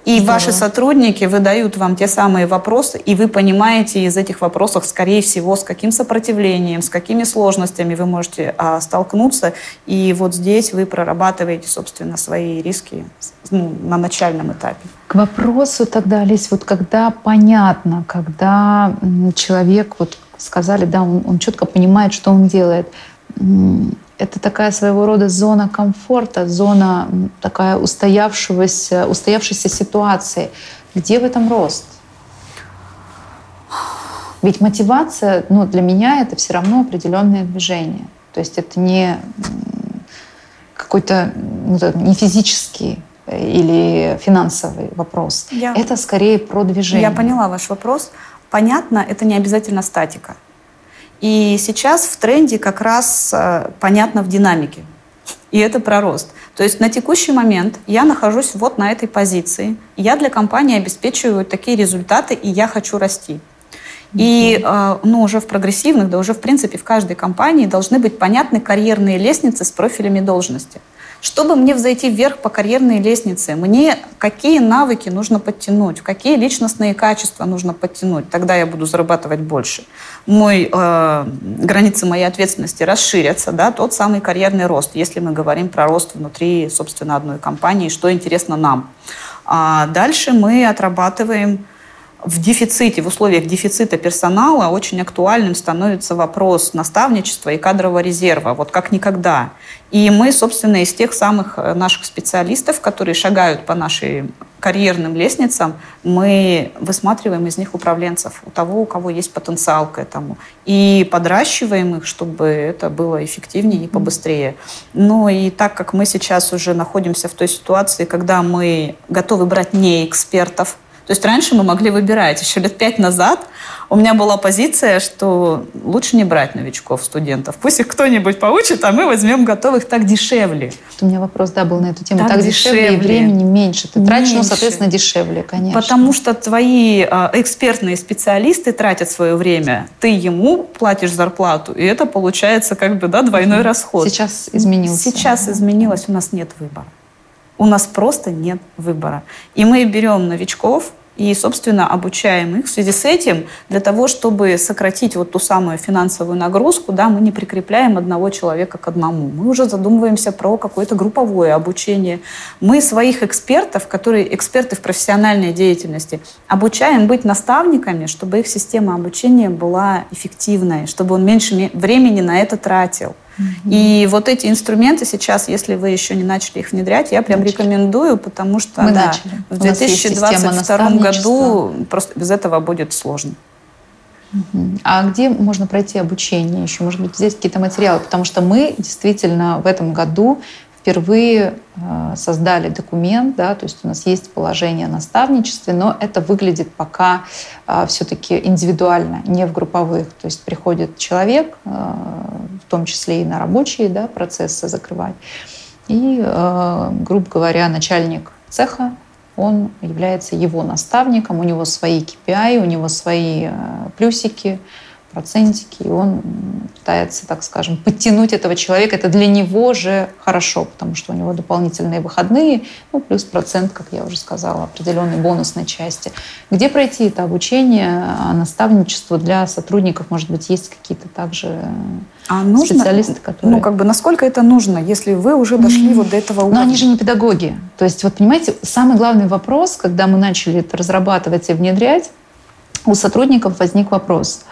И Здорово. Ваши сотрудники выдают вам те самые вопросы, и вы понимаете из этих вопросов, скорее всего, с каким сопротивлением, с какими сложностями вы можете а, столкнуться. И вот здесь вы прорабатываете, собственно, свои риски, ну, на начальном этапе. К вопросу тогда, Олесь, вот когда понятно, когда человек, вот сказали, да, он, он четко понимает, что он делает, это такая своего рода зона комфорта, зона такая устоявшегося, устоявшейся ситуации. Где в этом рост? Ведь мотивация, ну, для меня это все равно определенное движение. То есть это не какой-то, ну, не физический или финансовый вопрос. Я, это скорее про движение. Я поняла ваш вопрос. Понятно, это не обязательно статика. И сейчас в тренде как раз э, понятно в динамике. И это про рост. То есть на текущий момент я нахожусь вот на этой позиции. Я для компании обеспечиваю такие результаты, и я хочу расти. Mm-hmm. И э, ну, уже в прогрессивных, да уже в принципе в каждой компании должны быть понятны карьерные лестницы с профилями должности. Чтобы мне взойти вверх по карьерной лестнице, мне какие навыки нужно подтянуть, какие личностные качества нужно подтянуть, тогда я буду зарабатывать больше. Мой, э, границы моей ответственности расширятся, да, тот самый карьерный рост, если мы говорим про рост внутри, собственно, одной компании, что интересно нам. А дальше мы отрабатываем в дефиците, в условиях дефицита персонала очень актуальным становится вопрос наставничества и кадрового резерва, вот как никогда. И мы, собственно, из тех самых наших специалистов, которые шагают по нашим карьерным лестницам, мы высматриваем из них управленцев, у того, у кого есть потенциал к этому, и подращиваем их, чтобы это было эффективнее и побыстрее. Ну и так как мы сейчас уже находимся в той ситуации, когда мы готовы брать не экспертов, то есть раньше мы могли выбирать. Еще лет пять назад у меня была позиция, что лучше не брать новичков, студентов. Пусть их кто-нибудь поучит, а мы возьмем готовых, так дешевле. У меня вопрос, да, был на эту тему. Так, так дешевле. дешевле, и времени меньше. Ты тратишь, меньше. ну, соответственно, дешевле, конечно. Потому что твои э, экспертные специалисты тратят свое время, ты ему платишь зарплату, и это получается как бы, да, двойной mm-hmm. расход. Сейчас изменился. Сейчас изменилось, у нас нет выбора. У нас просто нет выбора. И мы берем новичков и, собственно, обучаем их. В связи с этим, для того, чтобы сократить вот ту самую финансовую нагрузку, да, мы не прикрепляем одного человека к одному. Мы уже задумываемся про какое-то групповое обучение. Мы своих экспертов, которые эксперты в профессиональной деятельности, обучаем быть наставниками, чтобы их система обучения была эффективной, чтобы он меньше времени на это тратил. Mm-hmm. И вот эти инструменты сейчас, если вы еще не начали их внедрять, я прям начали. рекомендую, потому что да, в две тысячи двадцать втором году просто без этого будет сложно. Mm-hmm. А где можно пройти обучение еще? Может быть, здесь какие-то материалы? Потому что мы действительно в этом году впервые э, создали документ, да, то есть у нас есть положение о наставничестве, но это выглядит пока э, все-таки индивидуально, не в групповых. То есть приходит человек, э, в том числе и на рабочие, да, процессы закрывать, и, э, грубо говоря, начальник цеха, он является его наставником, у него свои кей пи ай, у него свои э, плюсики, процентики, и он пытается, так скажем, подтянуть этого человека. Это для него же хорошо, потому что у него дополнительные выходные, ну, плюс процент, как я уже сказала, определенной бонусной части. Где пройти это обучение, наставничество для сотрудников? Может быть, есть какие-то также а нужно, специалисты, которые... Ну, как бы, насколько это нужно, если вы уже дошли mm-hmm. вот до этого уровня? Но они же не педагоги. То есть, вот понимаете, самый главный вопрос, когда мы начали это разрабатывать и внедрять, у сотрудников возник вопрос: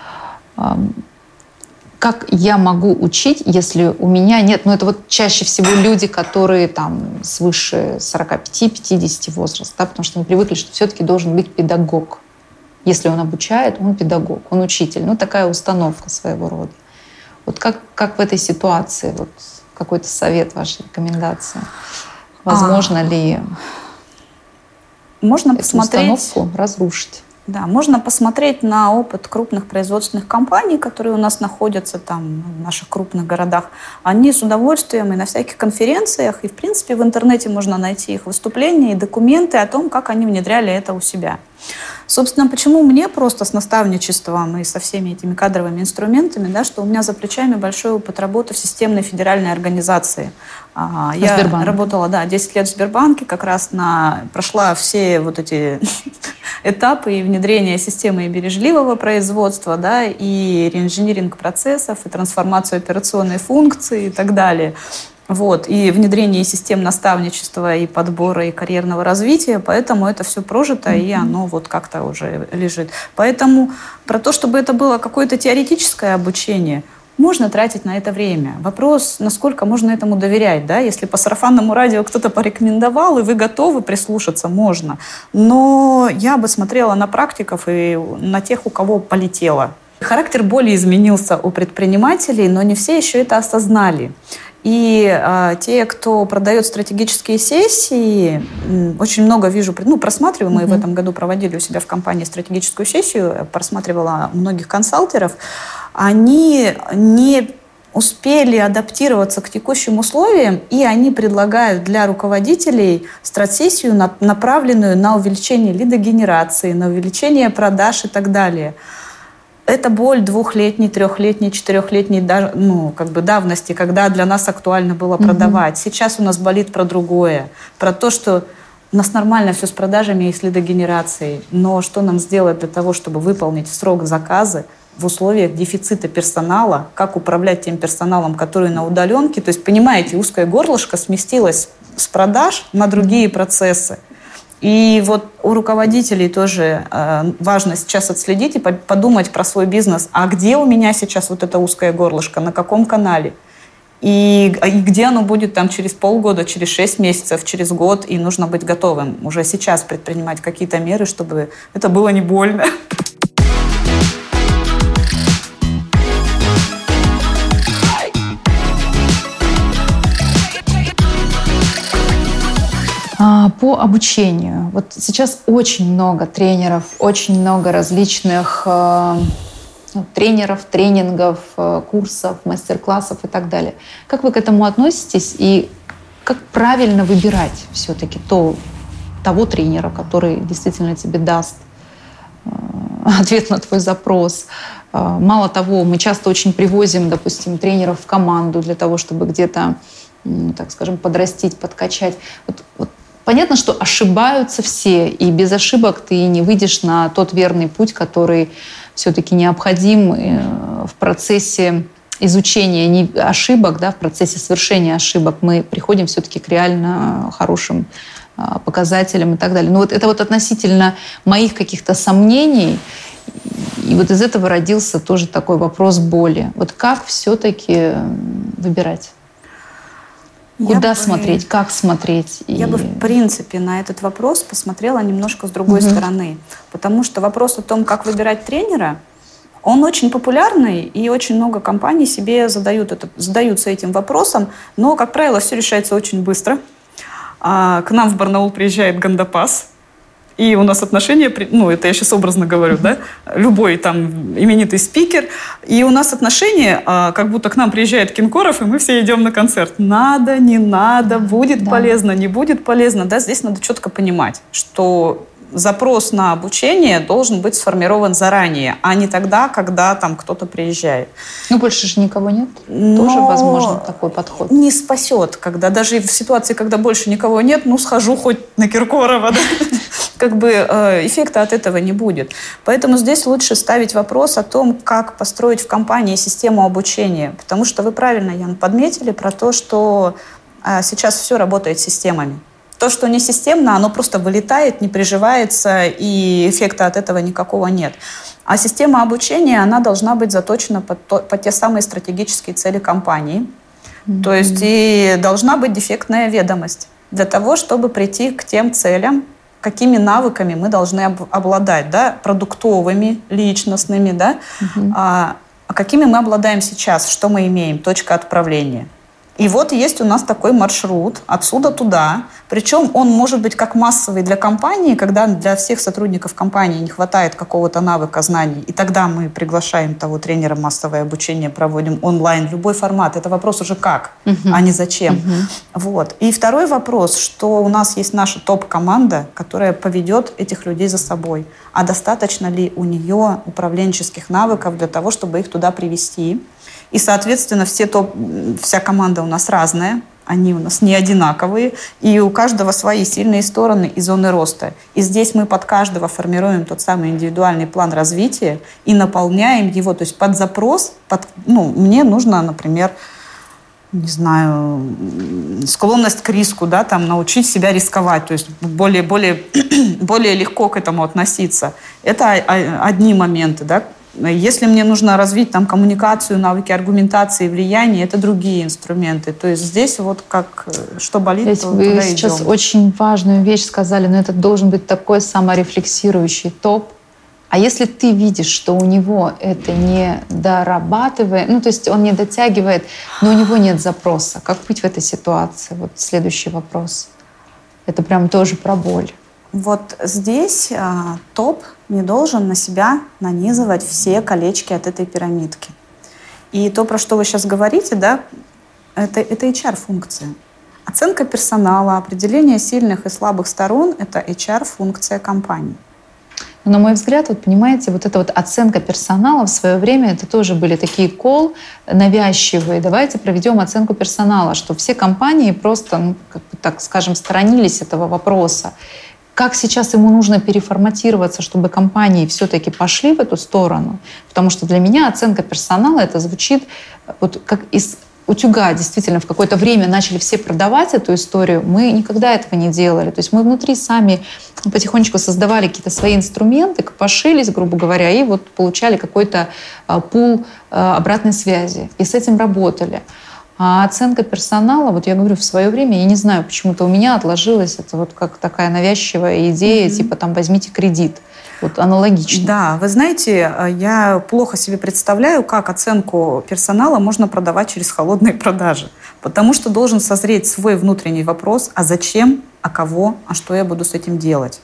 как я могу учить, если у меня нет... Ну, это вот чаще всего люди, которые там свыше сорок пять - пятьдесят возраста, да, потому что мы привыкли, что все-таки должен быть педагог. Если он обучает, он педагог, он учитель. Ну, такая установка своего рода. Вот как, как в этой ситуации? Вот какой-то совет, ваша рекомендация? Возможно а, ли можно эту посмотреть... установку разрушить? Да, можно посмотреть на опыт крупных производственных компаний, которые у нас находятся там в наших крупных городах. Они с удовольствием и на всяких конференциях, и в принципе в интернете можно найти их выступления и документы о том, как они внедряли это у себя. Собственно, почему мне просто с наставничеством и со всеми этими кадровыми инструментами, да, что у меня за плечами большой опыт работы в системной федеральной организации. А, я Сбербанк. работала, да, десять лет в Сбербанке, как раз на, прошла все вот эти этапы и внедрения системы бережливого производства, да, и реинжиниринг процессов, и трансформацию операционной функции и так далее. Вот, и внедрение систем наставничества, и подбора, и карьерного развития, поэтому это все прожито, mm-hmm. и оно вот как-то уже лежит. Поэтому про то, чтобы это было какое-то теоретическое обучение, можно тратить на это время. Вопрос, насколько можно этому доверять, да? Если по сарафанному радио кто-то порекомендовал, и вы готовы прислушаться, можно. Но я бы смотрела на практиков и на тех, у кого полетело. Характер более изменился у предпринимателей, но не все еще это осознали. И а, те, кто продает стратегические сессии, очень много вижу, ну, просматриваю, мы mm-hmm. в этом году проводили у себя в компании стратегическую сессию, просматривала многих консалтеров, они не успели адаптироваться к текущим условиям, и они предлагают для руководителей стратсессию, направленную на увеличение лидогенерации, на увеличение продаж и так далее. Это боль двухлетней, трехлетней, четырехлетней ну, как бы давности, когда для нас актуально было продавать. Mm-hmm. Сейчас у нас болит про другое, про то, что у нас нормально все с продажами и с лидогенерацией, но что нам сделать для того, чтобы выполнить в срок заказы в условиях дефицита персонала, как управлять тем персоналом, который на удаленке. То есть, понимаете, узкое горлышко сместилось с продаж на другие процессы. И вот у руководителей тоже э, важно сейчас отследить и подумать про свой бизнес. А где у меня сейчас вот это узкое горлышко, на каком канале? И, и где оно будет там через полгода, через шесть месяцев, через год? И нужно быть готовым уже сейчас предпринимать какие-то меры, чтобы это было не больно. По обучению. Вот сейчас очень много тренеров, очень много различных э, тренеров, тренингов, э, курсов, мастер-классов и так далее. Как вы к этому относитесь и как правильно выбирать все-таки то, того тренера, который действительно тебе даст э, ответ на твой запрос? Э, мало того, мы часто очень привозим, допустим, тренеров в команду для того, чтобы где-то, ну, так скажем, подрастить, подкачать. Вот, вот понятно, что ошибаются все, и без ошибок ты не выйдешь на тот верный путь, который все-таки необходим в процессе изучения ошибок, да, в процессе совершения ошибок. Мы приходим все-таки к реально хорошим показателям и так далее. Но вот это вот относительно моих каких-то сомнений, и вот из этого родился тоже такой вопрос боли. Вот как все-таки выбирать? Куда я смотреть, бы, как смотреть? Я и... бы, в принципе, на этот вопрос посмотрела немножко с другой угу. стороны. Потому что вопрос о том, как выбирать тренера, он очень популярный, и очень много компаний себе задают это, задаются этим вопросом. Но, как правило, все решается очень быстро. А, к нам в Барнаул приезжает Гандапас, и у нас отношения, ну, это я сейчас образно говорю, да, любой там именитый спикер, и у нас отношения, а, как будто к нам приезжает Кинкоров, и мы все идем на концерт. Надо, не надо, будет да. полезно, не будет полезно, да, здесь надо четко понимать, что запрос на обучение должен быть сформирован заранее, а не тогда, когда там кто-то приезжает. Ну, больше же никого нет. Но тоже возможно такой подход. Не спасет, когда даже в ситуации, когда больше никого нет, ну, схожу хоть на Киркорова, да? Как бы эффекта от этого не будет. Поэтому здесь лучше ставить вопрос о том, как построить в компании систему обучения. Потому что вы правильно, Ян, подметили про то, что сейчас все работает системами. То, что не системно, оно просто вылетает, не приживается, и эффекта от этого никакого нет. А система обучения, она должна быть заточена под, то, под те самые стратегические цели компании. Mm-hmm. То есть и должна быть дефектная ведомость для того, чтобы прийти к тем целям, какими навыками мы должны об, обладать, да, продуктовыми, личностными, да, mm-hmm. а, а какими мы обладаем сейчас, что мы имеем, точка отправления. И вот есть у нас такой маршрут отсюда туда. Причем он может быть как массовый для компании, когда для всех сотрудников компании не хватает какого-то навыка, знаний. И тогда мы приглашаем того тренера, массовое обучение проводим онлайн. Любой формат. Это вопрос уже как, uh-huh. а не зачем. Uh-huh. Вот. И второй вопрос, что у нас есть наша топ-команда, которая поведет этих людей за собой. А достаточно ли у нее управленческих навыков для того, чтобы их туда привести? И, соответственно, все топ, вся команда у нас разная, они у нас не одинаковые, и у каждого свои сильные стороны и зоны роста. И здесь мы под каждого формируем тот самый индивидуальный план развития и наполняем его, то есть под запрос, под, ну, мне нужно, например, не знаю, склонность к риску, да, там, научить себя рисковать, то есть более, более, более легко к этому относиться. Это одни моменты, да. Если мне нужно развить там коммуникацию, навыки аргументации, влияния, это другие инструменты. То есть здесь вот как что болит, Ведь то вы туда сейчас идем. очень важную вещь сказали, но это должен быть такой саморефлексирующий топ. А если ты видишь, что у него это не дорабатывает, ну то есть он не дотягивает, но у него нет запроса, как быть в этой ситуации? Вот следующий вопрос. Это прям тоже про боль. Вот здесь а, топ не должен на себя нанизывать все колечки от этой пирамидки. И то, про что вы сейчас говорите, да, это, это эйч ар-функция. Оценка персонала, определение сильных и слабых сторон — это эйч ар-функция компании. На мой взгляд, вот понимаете, вот эта вот оценка персонала в свое время, это тоже были такие кол навязчивые. Давайте проведем оценку персонала, что все компании просто, ну, как бы, так скажем, сторонились этого вопроса. Как сейчас ему нужно переформатироваться, чтобы компании все-таки пошли в эту сторону? Потому что для меня оценка персонала, это звучит вот как из утюга. Действительно, в какое-то время начали все продавать эту историю. Мы никогда этого не делали. То есть мы внутри сами потихонечку создавали какие-то свои инструменты, копошились, грубо говоря, и вот получали какой-то пул обратной связи. И с этим работали. А оценка персонала, вот я говорю, в свое время, я не знаю, почему-то у меня отложилась это вот как такая навязчивая идея, mm-hmm. типа там возьмите кредит. Вот аналогично. Да, вы знаете, я плохо себе представляю, как оценку персонала можно продавать через холодные продажи. Потому что должен созреть свой внутренний вопрос, а зачем, а кого, а что я буду с этим делать.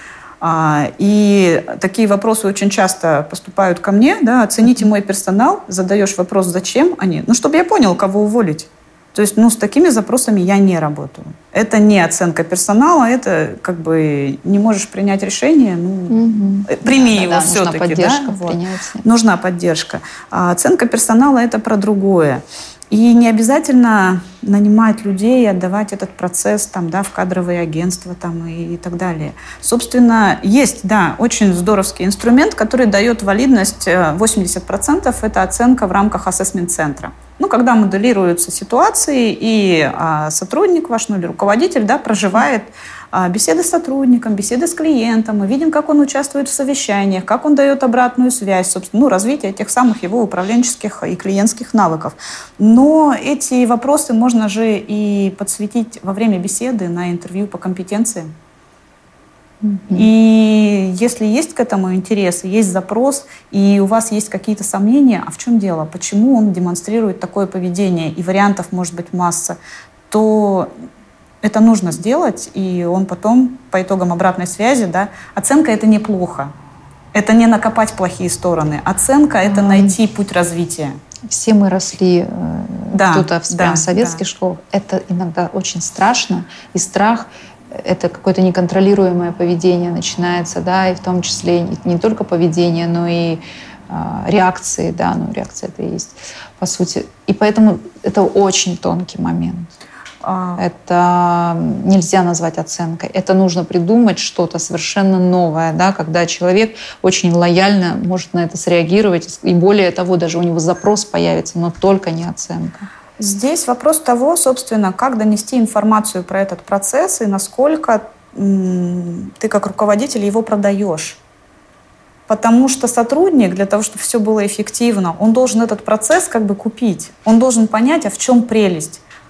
И такие вопросы очень часто поступают ко мне. Да, оцените мой персонал, задаешь вопрос, зачем они. Ну, чтобы я понял, кого уволить. То есть, ну, с такими запросами я не работаю. Это не оценка персонала, это как бы не можешь принять решение, ну, угу. прими да, его да, все-таки. Нужна поддержка, да? вот. Нужна поддержка. А оценка персонала – это про другое. И не обязательно нанимать людей и отдавать этот процесс там, да, в кадровые агентства там, и, и так далее. Собственно, есть, да, очень здоровский инструмент, который дает валидность восемьдесят процентов. Это оценка в рамках ассессмент-центра. Ну, когда моделируются ситуации, и а, сотрудник ваш, ну или руководитель, да, проживает а, беседы с сотрудником, беседы с клиентом, мы видим, как он участвует в совещаниях, как он дает обратную связь, собственно, ну, развитие тех самых его управленческих и клиентских навыков. Но эти вопросы можно же и подсветить во время беседы на интервью по компетенциям. И если есть к этому интерес, есть запрос, и у вас есть какие-то сомнения, а в чем дело, почему он демонстрирует такое поведение, и вариантов может быть масса, то это нужно сделать, и он потом, по итогам обратной связи, да, оценка — это неплохо. Это не накопать плохие стороны. Оценка — это найти путь развития. Все мы росли да, кто-то в да, советских да. школах. Это иногда очень страшно, и страх — это какое-то неконтролируемое поведение начинается, да, и в том числе не только поведение, но и э, реакции, да, ну реакция это и есть, по сути. И поэтому это очень тонкий момент. А... Это нельзя назвать оценкой. Это нужно придумать что-то совершенно новое, да, когда человек очень лояльно может на это среагировать, и более того, даже у него запрос появится, но только не оценка. Здесь вопрос того, собственно, как донести информацию про этот процесс и насколько м, ты как руководитель его продаешь. Потому что сотрудник, для того, чтобы все было эффективно, он должен этот процесс как бы купить. Он должен понять, а в чем прелесть.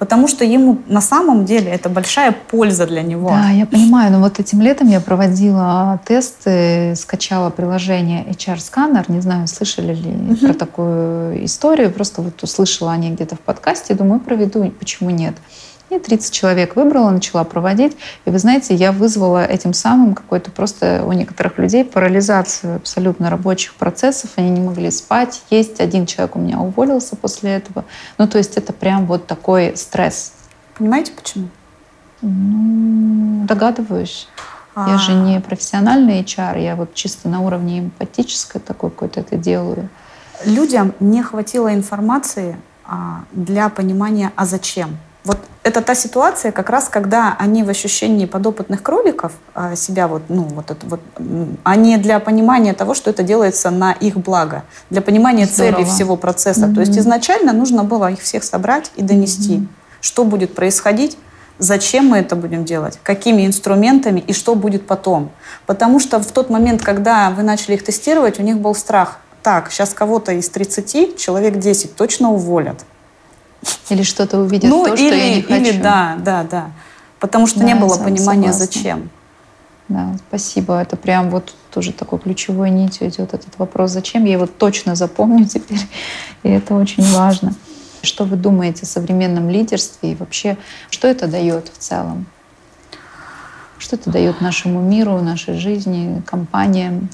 потому что ему на самом деле это большая польза для него. Да, я понимаю, но вот этим летом я проводила тесты, скачала приложение эйч ар-сканер, не знаю, слышали ли uh-huh. про такую историю, просто вот услышала о ней где-то в подкасте, думаю, проведу, почему нет. И тридцать человек выбрала, начала проводить. И вы знаете, я вызвала этим самым какой-то просто у некоторых людей парализацию абсолютно рабочих процессов. Они не могли спать, есть. Один человек у меня уволился после этого. Ну, то есть это прям вот такой стресс. Понимаете, почему? Ну, догадываюсь. А-а-а. Я же не профессиональный эйч ар, я вот чисто на уровне эмпатической такой какой-то это делаю. Людям не хватило информации для понимания, а зачем. Вот это та ситуация, как раз когда они в ощущении подопытных кроликов себя вот, ну, вот это вот, а не для понимания того, что это делается на их благо, для понимания Здорово. Цели всего процесса. Mm-hmm. То есть изначально нужно было их всех собрать и донести, mm-hmm. что будет происходить, зачем мы это будем делать, какими инструментами и что будет потом. Потому что в тот момент, когда вы начали их тестировать, у них был страх. Так, сейчас кого-то из тридцати человек десять точно уволят. Или что-то увидят, ну, то, или, что я не хочу. Или да, да, да. Потому что да, не было понимания, согласна. Зачем. Да, спасибо. Это прям вот тоже такой ключевой нитью идет этот вопрос «Зачем?». Я его точно запомню теперь, и это очень важно. Что вы думаете о современном лидерстве и вообще, что это дает в целом? Что это дает нашему миру, нашей жизни, компаниям?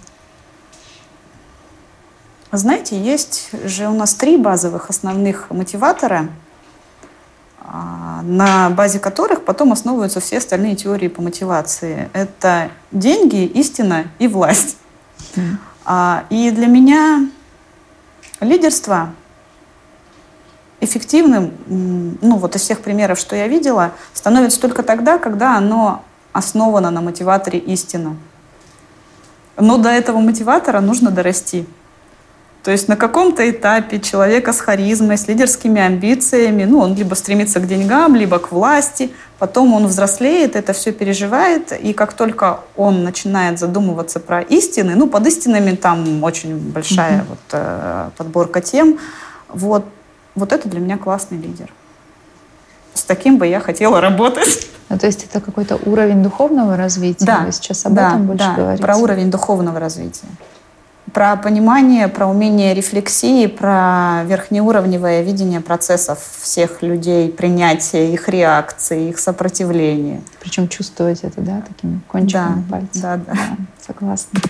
Знаете, есть же у нас три базовых основных мотиватора, на базе которых потом основываются все остальные теории по мотивации. Это деньги, истина и власть. Mm. И для меня лидерство эффективным, ну вот из всех примеров, что я видела, становится только тогда, когда оно основано на мотиваторе истина. Но до этого мотиватора нужно дорасти. То есть на каком-то этапе человека с харизмой, с лидерскими амбициями, ну, он либо стремится к деньгам, либо к власти, потом он взрослеет, это все переживает, и как только он начинает задумываться про истины, ну, под истинами там очень большая mm-hmm. вот, э, подборка тем, вот, вот это для меня классный лидер. С таким бы я хотела работать. Ну, то есть это какой-то уровень духовного развития? Да, вы сейчас об да, этом больше да, говорите? Про уровень духовного развития. Про понимание, про умение рефлексии, про верхнеуровневое видение процессов всех людей, принятие их реакций, их сопротивления. Причем чувствовать это, да, такими кончиками да, пальцев. Да, да. да, согласна.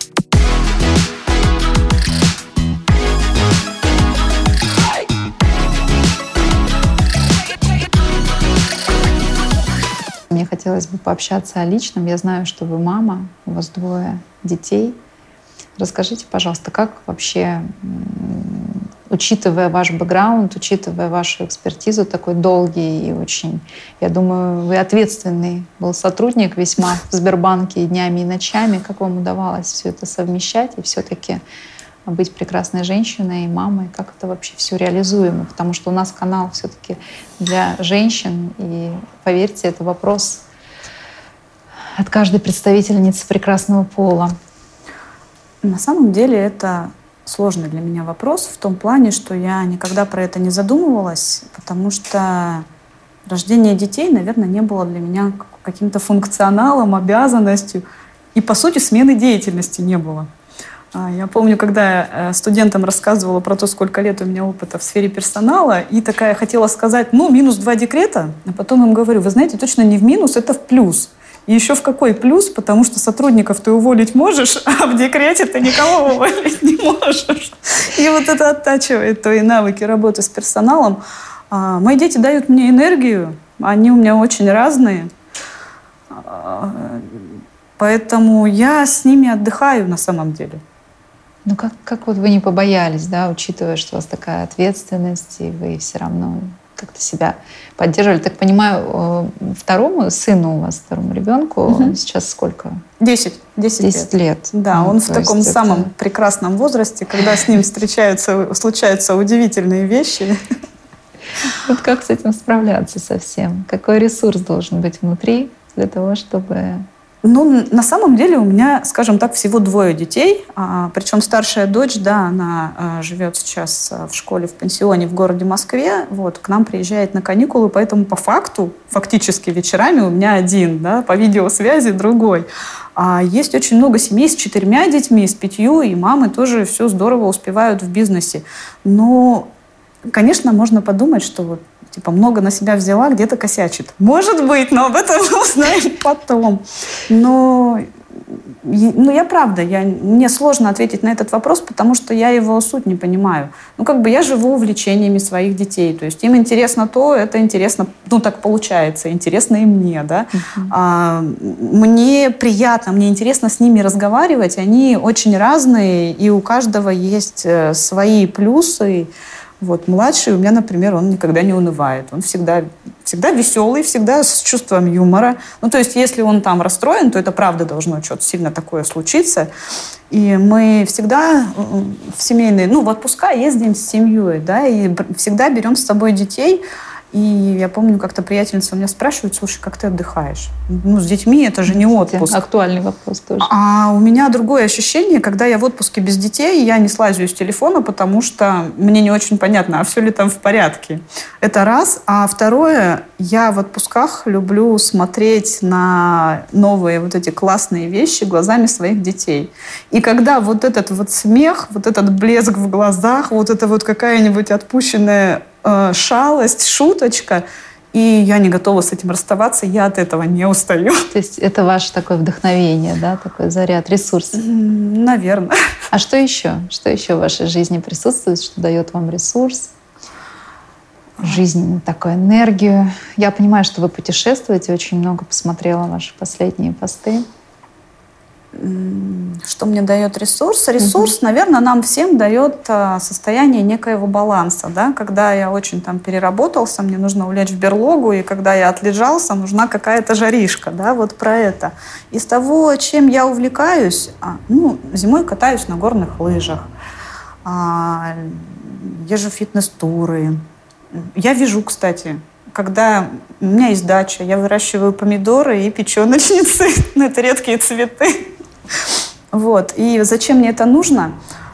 Мне хотелось бы пообщаться о личном. Я знаю, что вы мама, у вас двое детей. Расскажите, пожалуйста, как вообще, учитывая ваш бэкграунд, учитывая вашу экспертизу, такой долгий и очень, я думаю, вы ответственный был сотрудник весьма в Сбербанке и днями, и ночами. Как вам удавалось все это совмещать и все-таки быть прекрасной женщиной и мамой? Как это вообще все реализуемо? Потому что у нас канал все-таки для женщин, и, поверьте, это вопрос от каждой представительницы прекрасного пола. На самом деле это сложный для меня вопрос в том плане, что я никогда про это не задумывалась, потому что рождение детей, наверное, не было для меня каким-то функционалом, обязанностью, и, по сути, смены деятельности не было. Я помню, когда я студентам рассказывала про то, сколько лет у меня опыта в сфере персонала, и такая хотела сказать, ну, минус два декрета, а потом им говорю, вы знаете, точно не в минус, это в плюс. И еще в какой плюс? Потому что сотрудников ты уволить можешь, а в декрете ты никого уволить не можешь. И вот это оттачивает твои навыки работы с персоналом. А, мои дети дают мне энергию, они у меня очень разные. А, поэтому я с ними отдыхаю на самом деле. Ну как, как вот вы не побоялись, да, учитывая, что у вас такая ответственность, и вы все равно как-то себя поддерживали. Так понимаю, второму сыну у вас, второму ребенку, угу. сейчас сколько? Десять. Десять, Десять лет. лет. Да, ну, он в таком это... самом прекрасном возрасте, когда с ним встречаются, случаются удивительные вещи. Вот как с этим справляться совсем? Какой ресурс должен быть внутри для того, чтобы Ну, на самом деле у меня, скажем так, всего двое детей. А, причем старшая дочь, да, она а, живет сейчас в школе, в пансионе в городе Москве. Вот, к нам приезжает на каникулы, поэтому по факту, фактически вечерами у меня один, да, по видеосвязи другой. А есть очень много семей с четырьмя детьми, с пятью, и мамы тоже все здорово успевают в бизнесе. Но, конечно, можно подумать, что вот типа много на себя взяла, где-то косячит. Может быть, но об этом мы узнаем потом. Но ну, я правда, я, мне сложно ответить на этот вопрос, потому что я его суть не понимаю. Ну, как бы я живу увлечениями своих детей. То есть им интересно то, это интересно, ну, так получается, интересно и мне, да. Uh-huh. А, мне приятно, мне интересно с ними разговаривать. Они очень разные, и у каждого есть свои плюсы. Вот, младший у меня, например, он никогда не унывает. Он всегда, всегда веселый, всегда с чувством юмора. Ну, то есть, если он там расстроен, то это правда должно что-то сильно такое случиться. И мы всегда в семейные, ну, в отпуска ездим с семьей, да, и всегда берем с собой детей. И я помню, как-то приятельница у меня спрашивает: слушай, как ты отдыхаешь? Ну, с детьми это же не отпуск. Актуальный вопрос тоже. А у меня другое ощущение, когда я в отпуске без детей, я не слазю из телефона, потому что мне не очень понятно, а все ли там в порядке. Это раз. А второе, я в отпусках люблю смотреть на новые вот эти классные вещи глазами своих детей. И когда вот этот вот смех, вот этот блеск в глазах, вот это вот какая-нибудь отпущенная шалость, шуточка, и я не готова с этим расставаться, я от этого не устаю. То есть это ваше такое вдохновение, да, такой заряд, ресурс? Наверное. А что еще? Что еще в вашей жизни присутствует, что дает вам ресурс, жизнь, такую энергию? Я понимаю, что вы путешествуете, очень много посмотрела ваши последние посты. Что мне дает ресурс? Ресурс, угу. наверное, нам всем дает состояние некоего баланса. Да? Когда я очень там переработался, мне нужно улечь в берлогу, и когда я отлежался, нужна какая-то жаришка. Да? Вот про это. Из того, чем я увлекаюсь, ну, зимой катаюсь на горных лыжах, езжу в фитнес-туры. Я вяжу, кстати. Когда у меня есть дача, я выращиваю помидоры и печеночницы. Ну, это редкие цветы. Вот. И зачем мне это нужно?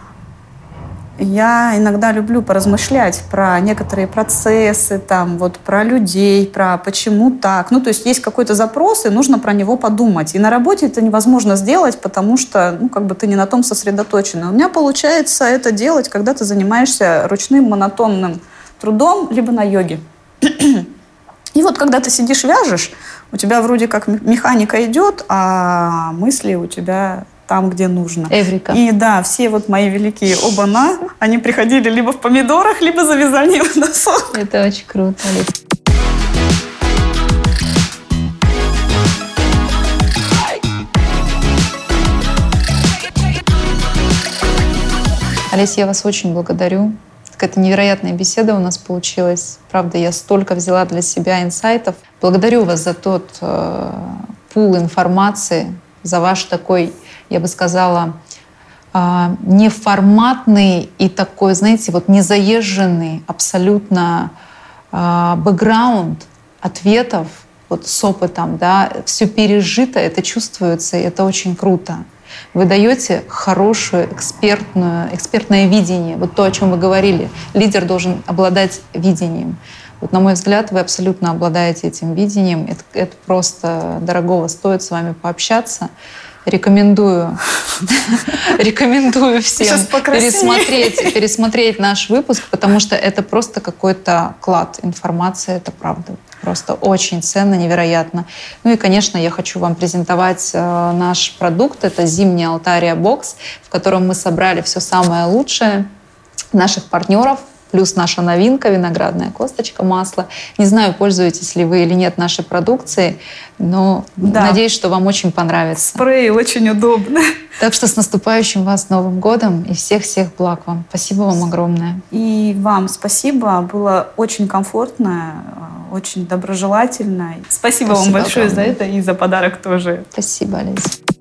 Я иногда люблю поразмышлять про некоторые процессы, там, вот, про людей, про почему так. Ну, то есть есть какой-то запрос, и нужно про него подумать. И на работе это невозможно сделать, потому что, ну, как бы ты не на том сосредоточен. И у меня получается это делать, когда ты занимаешься ручным монотонным трудом, либо на йоге. И вот когда ты сидишь, вяжешь, у тебя вроде как механика идет, а мысли у тебя там, где нужно. Эврика. И да, все вот мои великие оба-на, они приходили либо в помидорах, либо за вязанием носок. Это очень круто, Олесь. Олесь, я вас очень благодарю. Какая-то невероятная беседа у нас получилась. Правда, я столько взяла для себя инсайтов. Благодарю вас за тот э, пул информации, за ваш такой, я бы сказала, э, неформатный и такой, знаете, вот незаезженный абсолютно э, бэкграунд ответов вот с опытом, да, все пережито, это чувствуется, и это очень круто. Вы даете хорошее экспертное, экспертное видение. Вот то, о чем вы говорили. Лидер должен обладать видением. Вот, на мой взгляд, вы абсолютно обладаете этим видением. Это, это просто дорогого стоит с вами пообщаться. Рекомендую, рекомендую всем пересмотреть, пересмотреть наш выпуск, потому что это просто какой-то клад. Информация — это правда. Просто очень ценно, невероятно. Ну и, конечно, я хочу вам презентовать э, наш продукт. Это зимняя Алтария Бокс, в котором мы собрали все самое лучшее наших партнеров, плюс наша новинка — виноградная косточка, масло. Не знаю, пользуетесь ли вы или нет нашей продукцией, но да. Надеюсь, что вам очень понравится. Спрей очень удобно. Так что с наступающим вас Новым годом и всех-всех благ вам. Спасибо вам огромное. И вам спасибо. Было очень комфортно, очень доброжелательно. Спасибо, спасибо вам большое огромное. За это и за подарок тоже. Спасибо, Олесь.